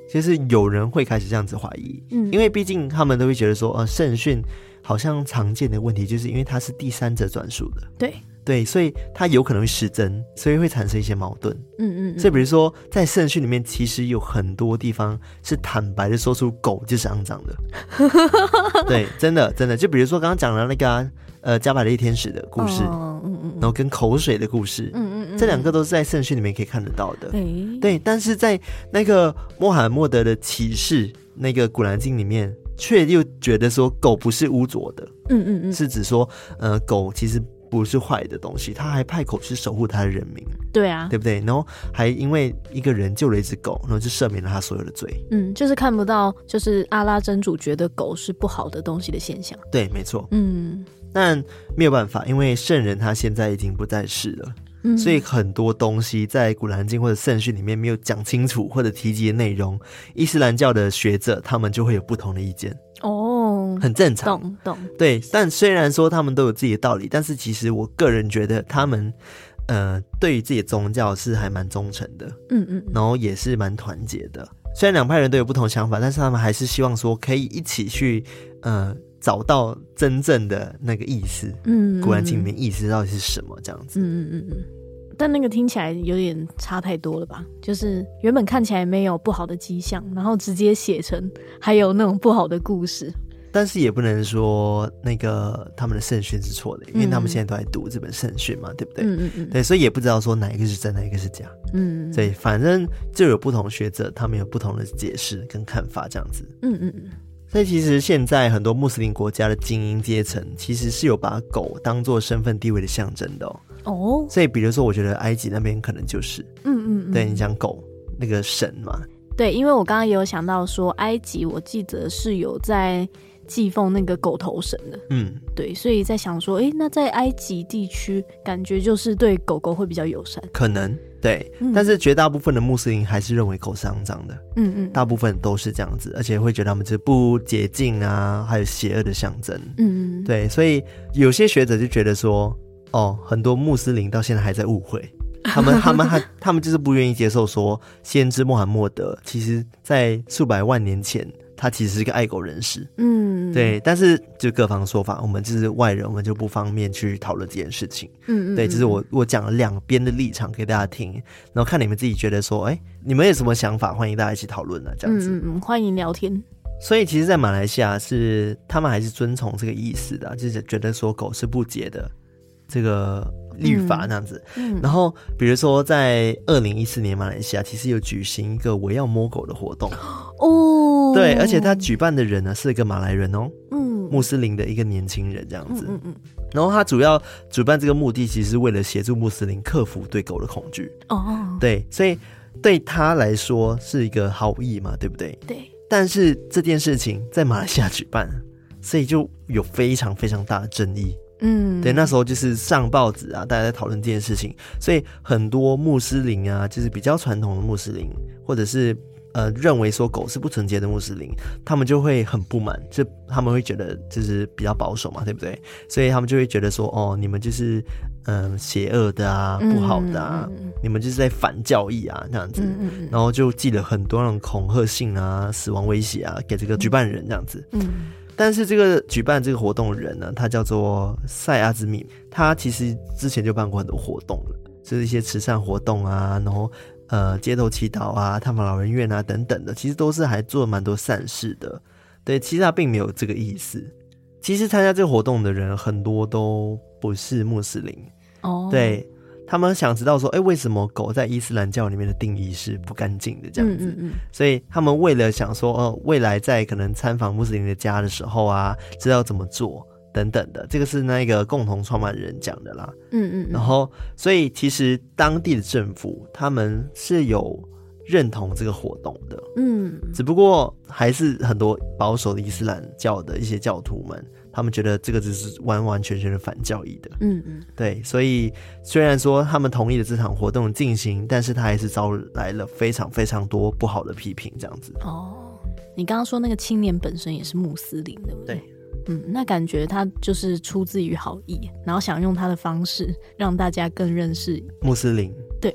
就是有人会开始这样子怀疑，因为毕竟他们都会觉得说圣训好像常见的问题就是因为它是第三者转述的，对，所以它有可能会失真，所以会产生一些矛盾。所以比如说在圣训里面其实有很多地方是坦白的说出狗就是肮脏的对，真的就比如说刚刚讲的那个加百列天使的故事，然后跟口水的故事，这两个都是在圣训里面可以看得到的，对，但是在那个穆罕默德的启示那个古兰经里面却又觉得说狗不是污浊的，是指说狗其实不是坏的东西，他还派狗去守护他的人民， 对啊， 对不对？然后还因为一个人救了一只狗，然后就赦免了他所有的罪， 就是看不到就是阿拉真主觉得狗是不好的东西的现象， 对，没错，但没有办法，因为圣人他现在已经不在世了，所以很多东西在古兰经或者圣训里面没有讲清楚或者提及的内容，伊斯兰教的学者他们就会有不同的意见，很正常， 懂， 对，但虽然说他们都有自己的道理，但是其实我个人觉得他们对于自己的宗教是还蛮忠诚的，然后也是蛮团结的，虽然两派人都有不同想法，但是他们还是希望说可以一起去找到真正的那个意思，古兰经里面意思到底是什么这样子， 但那个听起来有点差太多了吧，就是原本看起来没有不好的迹象，然后直接写成还有那种不好的故事， 但是也不能说那个他们的圣训是错的，因为他们现在都在读这本圣训嘛，对不对？对，所以也不知道说哪一个是真哪一个是假，所以反正就有不同学者他们有不同的解释跟看法这样子，所以其实现在很多穆斯林国家的精英阶层其实是有把狗当作身份地位的象征的所以比如说我觉得埃及那边可能就是对，你讲狗那个神嘛， 对，因为我刚刚也有想到说埃及我记得是有在祭奉那个狗头神的，对，所以在想说那在埃及地区感觉就是对狗狗会比较友善， 可能对，但是绝大部分的穆斯林还是认为狗是肮脏的，大部分都是这样子，而且会觉得他们是不洁净啊，还有邪恶的象征，对，所以有些学者就觉得说很多穆斯林到现在还在误会，他们就是不愿意接受说先知穆罕默德其实在数百万年前他其实是一个爱狗人士，对，但是就各方说法，我们就是外人，我们就不方便去讨论这件事情，对，就是我讲了两边的立场给大家听，然后看你们自己觉得说你们有什么想法，欢迎大家一起讨论这样子， 欢迎聊天。 所以其实在马来西亚是他们还是遵从这个意思的，就是觉得说狗是不洁的这个律法那样子，然后比如说在2014年马来西亚其实有举行一个我要摸狗的活动对，而且他举办的人呢是一个马来人穆斯林的一个年轻人这样子，然后他主要举办这个目的其实是为了协助穆斯林克服对狗的恐惧对，所以对他来说是一个好意嘛，对不对？ 对， 但是这件事情在马来西亚举办，所以就有非常非常大的争议，对，那时候就是上报纸啊，大家在讨论这件事情，所以很多穆斯林啊，就是比较传统的穆斯林，或者是认为说狗是不纯洁的穆斯林，他们就会很不满，就他们会觉得就是比较保守嘛，对不对？所以他们就会觉得说你们就是邪恶的啊，不好的啊，你们就是在反教义啊这样子，然后就寄了很多那种恐吓信啊、死亡威胁啊给这个举办人这样子，但是这个举办这个活动的人呢，他叫做塞阿兹米，他其实之前就办过很多活动了，就是一些慈善活动啊，然后街头祈祷啊、探访老人院啊等等的，其实都是还做了蛮多善事的。对，其实他并没有这个意思。其实参加这个活动的人很多都不是穆斯林，对，他们想知道说为什么狗在伊斯兰教里面的定义是不干净的这样子，所以他们为了想说未来在可能参访穆斯林的家的时候啊，知道怎么做等等的，这个是那个共同创办人讲的啦，然后所以其实当地的政府他们是有认同这个活动的，只不过还是很多保守的伊斯兰教的一些教徒们，他们觉得这个只是完完全全的反教义的，对，所以虽然说他们同意了这场活动进行，但是他还是招来了非常非常多不好的批评这样子。 你刚刚说那个青年本身也是穆斯林，对不对？那感觉他就是出自于好意，然后想用他的方式让大家更认识穆斯林。 对，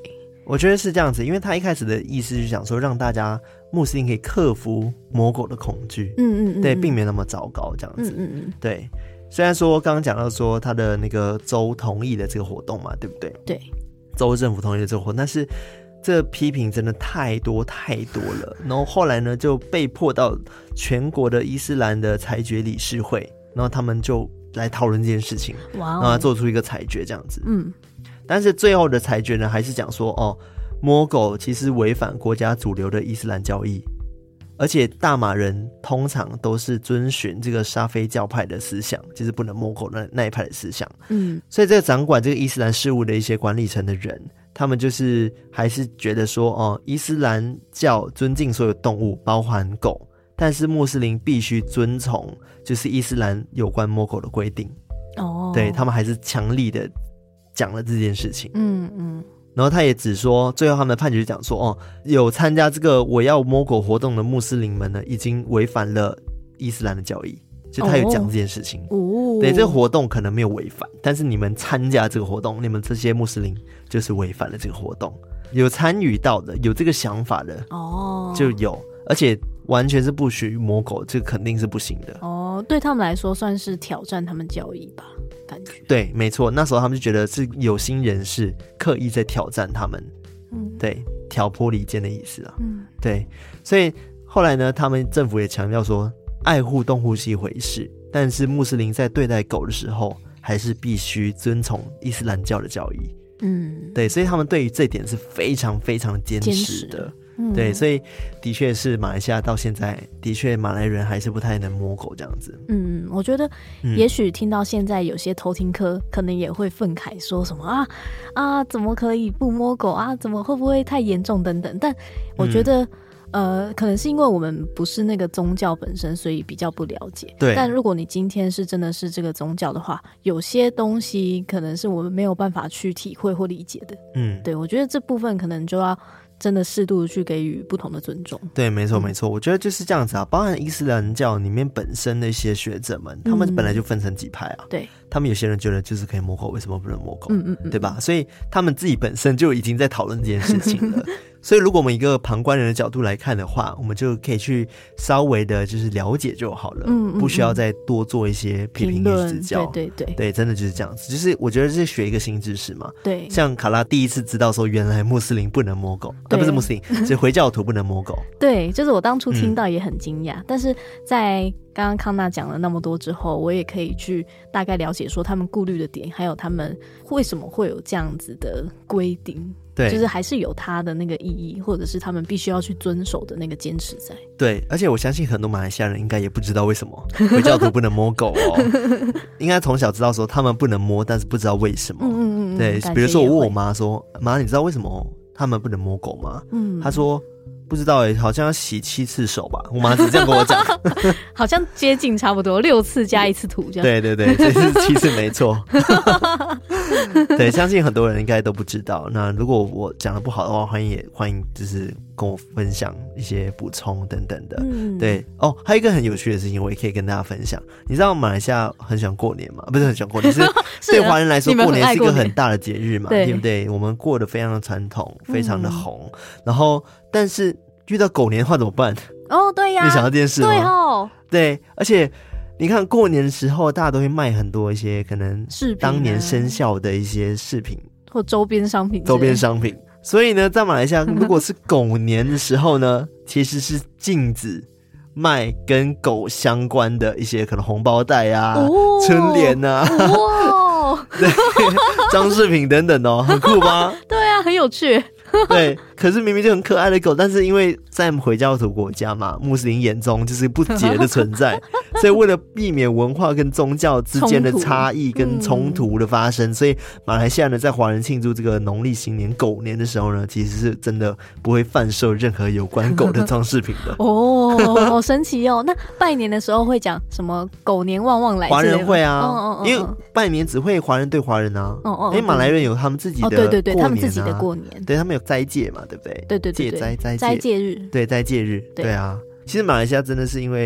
我觉得是这样子，因为他一开始的意思是想说让大家穆斯林可以克服魔狗的恐惧，对，并没有那么糟糕这样子，对。虽然说刚刚讲到说他的那个州同意的这个活动嘛，对不对？ 对， 州政府同意的这个活动，但是这批评真的太多了，然后后来呢就被迫到全国的伊斯兰的裁决理事会，然后他们就来讨论这件事情，然后做出一个裁决这样子。但是最后的裁决呢还是讲说摸狗其实违反国家主流的伊斯兰教义，而且大马人通常都是遵循这个沙菲教派的思想，就是不能摸狗那一派的思想。所以这个掌管这个伊斯兰事务的一些管理层的人，他们就是还是觉得说伊斯兰教尊敬所有动物包含狗，但是穆斯林必须遵从就是伊斯兰有关摸狗的规定。对，他们还是强力的讲了这件事情。然后他也只说，最后他们的判决讲说有参加这个我要摸狗活动的穆斯林们呢，已经违反了伊斯兰的教义，就他有讲这件事情。对，这个活动可能没有违反，但是你们参加这个活动，你们这些穆斯林就是违反了这个活动。有参与到的，有这个想法的就有，而且完全是不许摸狗，这个肯定是不行的。 对他们来说算是挑战他们教义吧，感觉。对， 没错，那时候他们就觉得是有心人士刻意在挑战他们，对，挑拨离间的意思啊。对，所以后来呢，他们政府也强调说，爱护动物是一回事，但是穆斯林在对待狗的时候，还是必须遵从伊斯兰教的教义。对，所以他们对于这点是非常非常坚持的。对，所以的确是马来西亚到现在的确马来人还是不太能摸狗这样子。 我觉得也许听到现在有些偷听客可能也会愤慨说什么怎么可以不摸狗啊，怎么会不会太严重等等，但我觉得可能是因为我们不是那个宗教本身，所以比较不了解。 对， 但如果你今天是真的是这个宗教的话，有些东西可能是我们没有办法去体会或理解的。对，我觉得这部分可能就要真的适度的去给予不同的尊重。 对，没错没错，我觉得就是这样子啊。包含伊斯兰教里面本身的一些学者们，他们本来就分成几派啊。 对， 他们有些人觉得就是可以摸狗，为什么不能摸狗？对吧？所以他们自己本身就已经在讨论这件事情了。所以如果我们一个旁观人的角度来看的话，我们就可以去稍微的就是了解就好了，不需要再多做一些批评与指教。对，真的就是这样子。就是我觉得是学一个新知识嘛。 对， 像卡拉第一次知道说原来穆斯林不能摸狗，不是穆斯林，是回教徒不能摸狗。 对，就是我当初听到也很惊讶，但是在刚刚康纳讲了那么多之后，我也可以去大概了解说他们顾虑的点，还有他们为什么会有这样子的规定。对，就是还是有它的那个意义，或者是他们必须要去遵守的那个坚持在。 对，而且我相信很多马来西亚人应该也不知道为什么回教徒不能摸狗应该从小知道说他们不能摸，但是不知道为什么。对，比如说我问我妈说，妈，你知道为什么他们不能摸狗吗？她说不知道好像要洗7次手吧，我妈只这样跟我讲好像接近差不多6次加1次土这样。 对，这是7次没错对，相信很多人应该都不知道。那如果我讲的不好的话，欢迎就是跟我分享一些补充等等的。对还有一个很有趣的事情我也可以跟大家分享。你知道马来西亚很喜欢过年吗？不是很喜欢过年，是对华人来说过年是一个很大的节日嘛，对不对？我们过得非常的传统，非常的红。然后但是遇到狗年的话怎么办？ 对呀， 你想到这件事吗？对，而且你看过年的时候大家都会卖很多一些可能当年生肖的一些饰品或周边商品。 所以呢在马来西亚如果是狗年的时候呢其实是禁止卖跟狗相关的一些可能红包袋啊、春联啊对，装饰品等等很酷吧？ 对啊，很有趣对，可是明明就很可爱的狗，但是因为在回教徒国家嘛，穆斯林眼中就是不洁的存在所以为了避免文化跟宗教之间的差异跟冲突的发生，所以马来西亚呢在华人庆祝这个农历新年狗年的时候呢，其实是真的不会贩售任何有关狗的装饰品的好神奇哦。那拜年的时候会讲什么狗年旺旺来之类的？ 华人会啊因为拜年只会华人对华人啊因为马来人有他们自己的过年对他们自己的过年， 对他们有斋戒嘛，对不对？ 对，斋戒日， 对，斋戒日，对啊。其实马来西亚真的是因为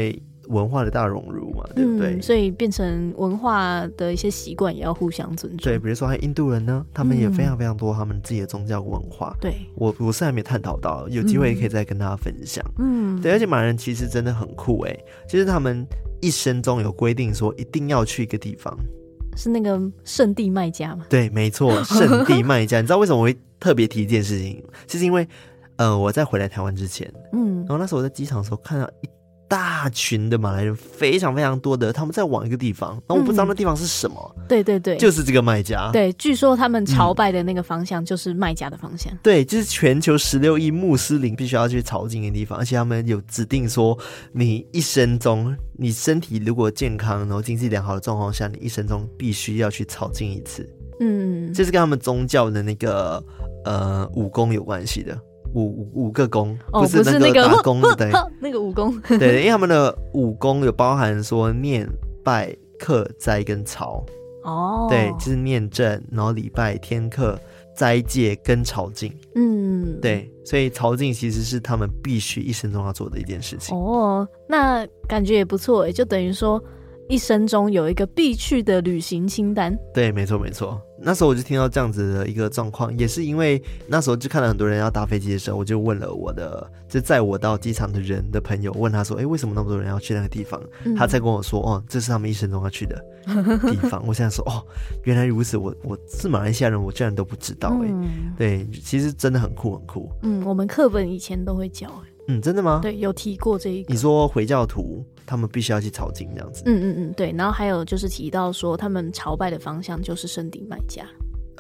文化的大融入嘛，对不对？ 所以变成文化的一些习惯也要互相尊重。 对，比如说印度人呢，他们也非常非常多他们自己的宗教文化。 对， 我是还没探讨到，有机会可以再跟大家分享。对，而且马来人其实真的很酷就是他们一生中有规定说一定要去一个地方， 是那个圣地麦加吗？ 对，没错，圣地麦加。你知道为什么我会特别提这件事情？就是因为我在回来台湾之前，然后那时候我在机场的时候看到一大群的马来人，非常非常多的，他们在往一个地方，然后我不知道那地方是什么。 对对对， 就是这个麦加。 对，据说他们朝拜的那个方向就是麦加的方向。 对，就是全球16亿穆斯林必须要去朝觐的地方，而且他们有指定说，你一生中，你身体如果健康，然后经济良好的状况下，你一生中必须要去朝觐一次。这是跟他们宗教的那个武功有关系的。五个功，不是那个打功的，对， 那个武功， 对，因为他们的武功有包含说念、拜、课、斋跟朝。对，就是念正，然后礼拜、天课、斋戒跟朝觐。对，所以朝觐其实是他们必须一生中要做的一件事情。 那感觉也不错就等于说一生中有一个必去的旅行清单。 对，没错没错。那时候我就听到这样子的一个状况，也是因为那时候就看到很多人要搭飞机的时候，我就问了我的就载我到机场的人的朋友，问他说为什么那么多人要去那个地方，他才跟我说这是他们一生中要去的地方。我现在说原来如此，我是马来西亚人，我居然都不知道对，其实真的很酷很酷。 我们课本以前都会教真的吗？ 对，有提过这一个。 你说回教徒他们必须要去朝觐这样子。 对，然后还有就是提到说他们朝拜的方向就是圣地麦加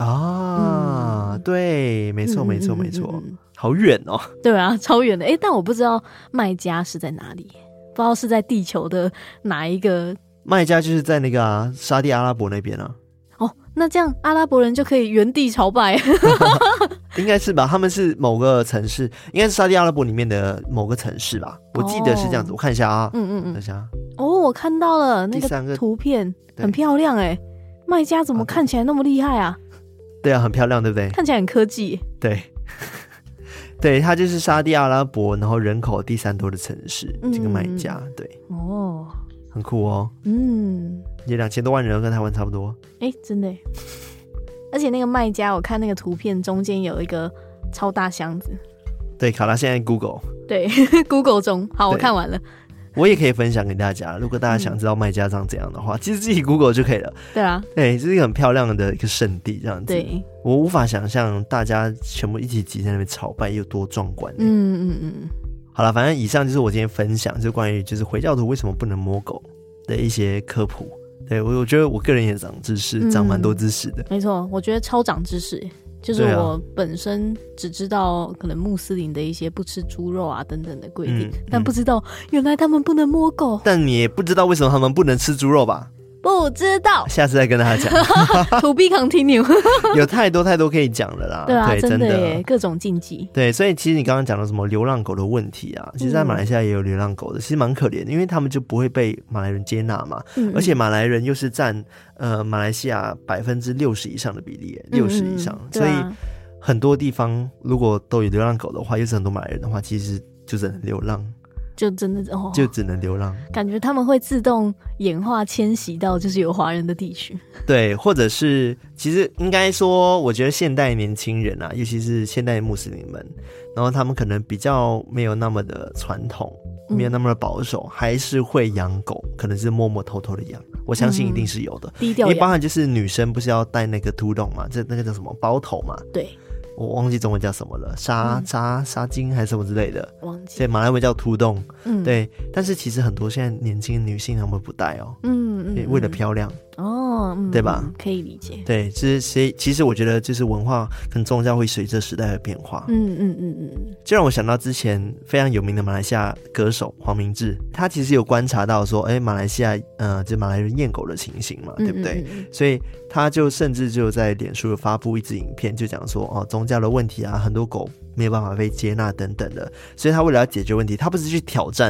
对，没错没错没错，好远对啊，超远的但我不知道麦加是在哪里，不知道是在地球的哪一个。 麦加就是在那个沙地阿拉伯那边那这样阿拉伯人就可以原地朝拜应该是吧，他们是某个城市，应该是沙地阿拉伯里面的某个城市吧，我记得是这样子。我看一下等一下我看到了那个图片，很漂亮麦加怎么看起来那么厉害啊？ 对啊，很漂亮对不对？ 看起来很科技对对，它就是沙地阿拉伯然后人口第3多的城市，这个麦加。对很酷也2000多万人，跟台湾差不多。 真的而且那个麦加，我看那个图片中间有一个超大箱子。 对，卡拉现在 Google。对 Google 中。好，我看完了。 我也可以分享给大家，如果大家想知道麦加长怎样的话，其实自己 Google 就可以了。对啊，对，这是一个很漂亮的一个圣地，这样子。对，我无法想象大家全部一起挤在那边朝拜有多壮观。好了，反正以上就是我今天分享，就是关于就是回教徒为什么不能摸狗的一些科普。对，我觉得我个人也长知识，长蛮多知识的。没错，我觉得超长知识。就是我本身只知道可能穆斯林的一些不吃猪肉啊等等的规定，但不知道原来他们不能摸狗。但你也不知道为什么他们不能吃猪肉吧？不知道，下次再跟大家讲。To be continue 有太多太多可以讲了啦。对啊，对，真的耶，各种禁忌。对，所以其实你刚刚讲的什么流浪狗的问题啊，其实在马来西亚也有流浪狗的，其实蛮可怜的，因为他们就不会被马来人接纳嘛。而且马来人又是占马来西亚60%以上的比例，60%以上，所以很多地方如果都有流浪狗的话，又是很多马来人的话，其实就只能流浪。就真的就只能流浪，感觉他们会自动演化迁徙到就是有华人的地区。对，或者是其实应该说我觉得现代年轻人啊，尤其是现代穆斯林们，然后他们可能比较没有那么的传统，没有那么的保守，还是会养狗，可能是默默偷偷的养，我相信一定是有的。低调养，因为包含就是女生不是要戴那个秃洞嘛，这那个叫什么包头嘛？对，我忘记中文叫什么了，纱巾还是什么之类的，忘记。所以马来文叫秃洞，对。但是其实很多现在年轻女性她们不戴哦，为了漂亮哦，对吧？可以理解。对，其实我觉得就是文化跟宗教会随着时代的变化。就让我想到之前非常有名的马来西亚歌手黄明志，他其实有观察到说，马来西亚就马来人厌狗的情形嘛，对不对？所以他就甚至就在脸书发布一支影片，就讲说宗教的问题啊，很多狗没有办法被接纳等等的，所以他为了要解决问题，他不是去挑战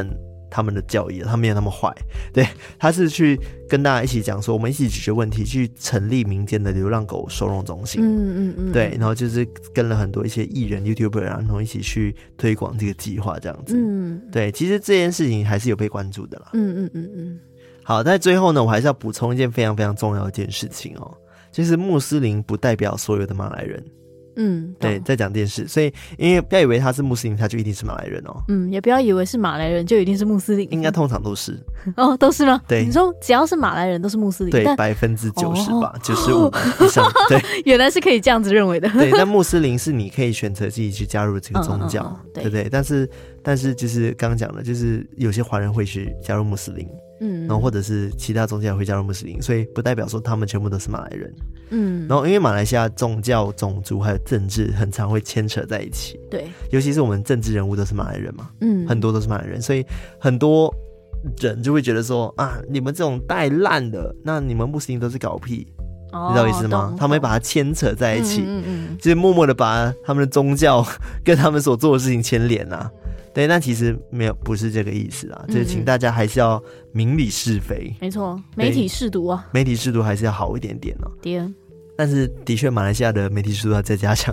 他们的教义，他没有那么坏，对，他是去跟大家一起讲说，我们一起解决问题，去成立民间的流浪狗收容中心，对，然后就是跟了很多一些艺人 YouTuber 然后一起去推广这个计划这样子，对，其实这件事情还是有被关注的啦，好，在最后呢，我还是要补充一件非常非常重要的一件事情哦，就是穆斯林不代表所有的马来人。对，在讲电视，所以因为不要以为他是穆斯林他就一定是马来人哦。也不要以为是马来人就一定是穆斯林， 应该通常都是。 哦，都是吗？ 对， 你说只要是马来人都是穆斯林， 对，90%吧，95%以上。对， 原来是可以这样子认为的。 对，但穆斯林是你可以选择自己去加入这个宗教，对不对？但是就是刚刚讲的，就是有些华人会去加入穆斯林。然后或者是其他宗教会加入穆斯林，所以不代表说他们全部都是马来人。然后因为马来西亚宗教、种族还有政治很常会牵扯在一起， 对， 尤其是我们政治人物都是马来人嘛，很多都是马来人，所以很多人就会觉得说啊，你们这种带烂的，那你们穆斯林都是搞屁。你知道意思吗？他们会把它牵扯在一起，就是默默的把他们的宗教跟他们所做的事情牵连啊。对，但其实没有，不是这个意思啊，就是请大家还是要明理是非。 没错，媒体识读啊， 媒体识读还是要好一点点哦。 对， 但是的确，马来西亚的媒体识读要再加强。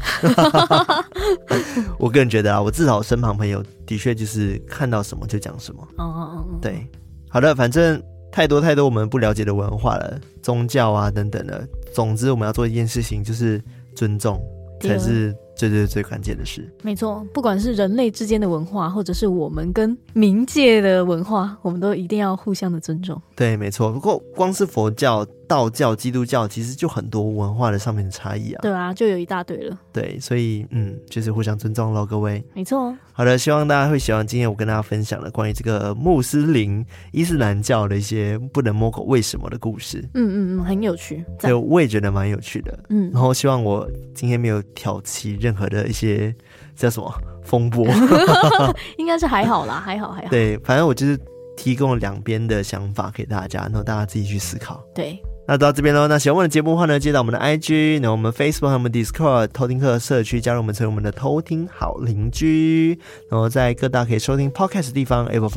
我个人觉得啊，我至少身旁朋友的确就是看到什么就讲什么。对，好的，反正太多我们不了解的文化了，宗教啊等等的。总之，我们要做一件事情，就是尊重，才是最关键的事。没错，不管是人类之间的文化，或者是我们跟冥界的文化，我们都一定要互相的尊重。对，没错。不过光是佛教、道教、基督教，其实就很多文化的上面的差异啊。对啊，就有一大堆了。对，所以就是互相尊重咯，各位。没错。好的，希望大家会喜欢今天我跟大家分享的关于这个穆斯林伊斯兰教的一些不能摸狗为什么的故事。很有趣。对，我也觉得蛮有趣的。然后希望我今天没有挑起任何的一些叫什么风波。应该是还好啦，还好。对，反正我就是提供了两边的想法给大家，然后大家自己去思考。对。那到这边咯，那喜欢我们的节目的话呢，接到我们的 IG， 然后我们 Facebook 和我们 Discord 偷听客社区，加入我们成为我们的偷听好邻居，然后在各大可以收听 Podcast 的地方 Apple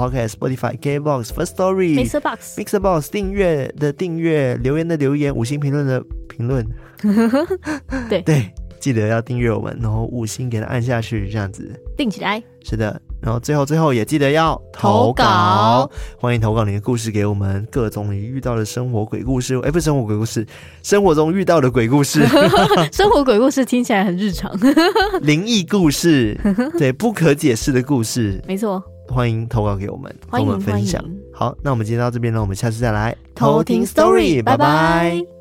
Podcast、Spotify、KBox、Firstory、Mixerbox 订阅的订阅，留言的留言，五星评论的评论。对，记得要订阅我们，然后5星给它按下去，这样子订起来。是的，然后最后也记得要投稿，欢迎投稿你的故事给我们，各种你遇到的生活鬼故事，不是生活鬼故事，生活中遇到的鬼故事。生活鬼故事听起来很日常。灵异故事，对，不可解释的故事，没错，欢迎投稿给我们，跟我们分享。好，那我们今天到这边呢，我们下次再来偷听 Story， 拜拜。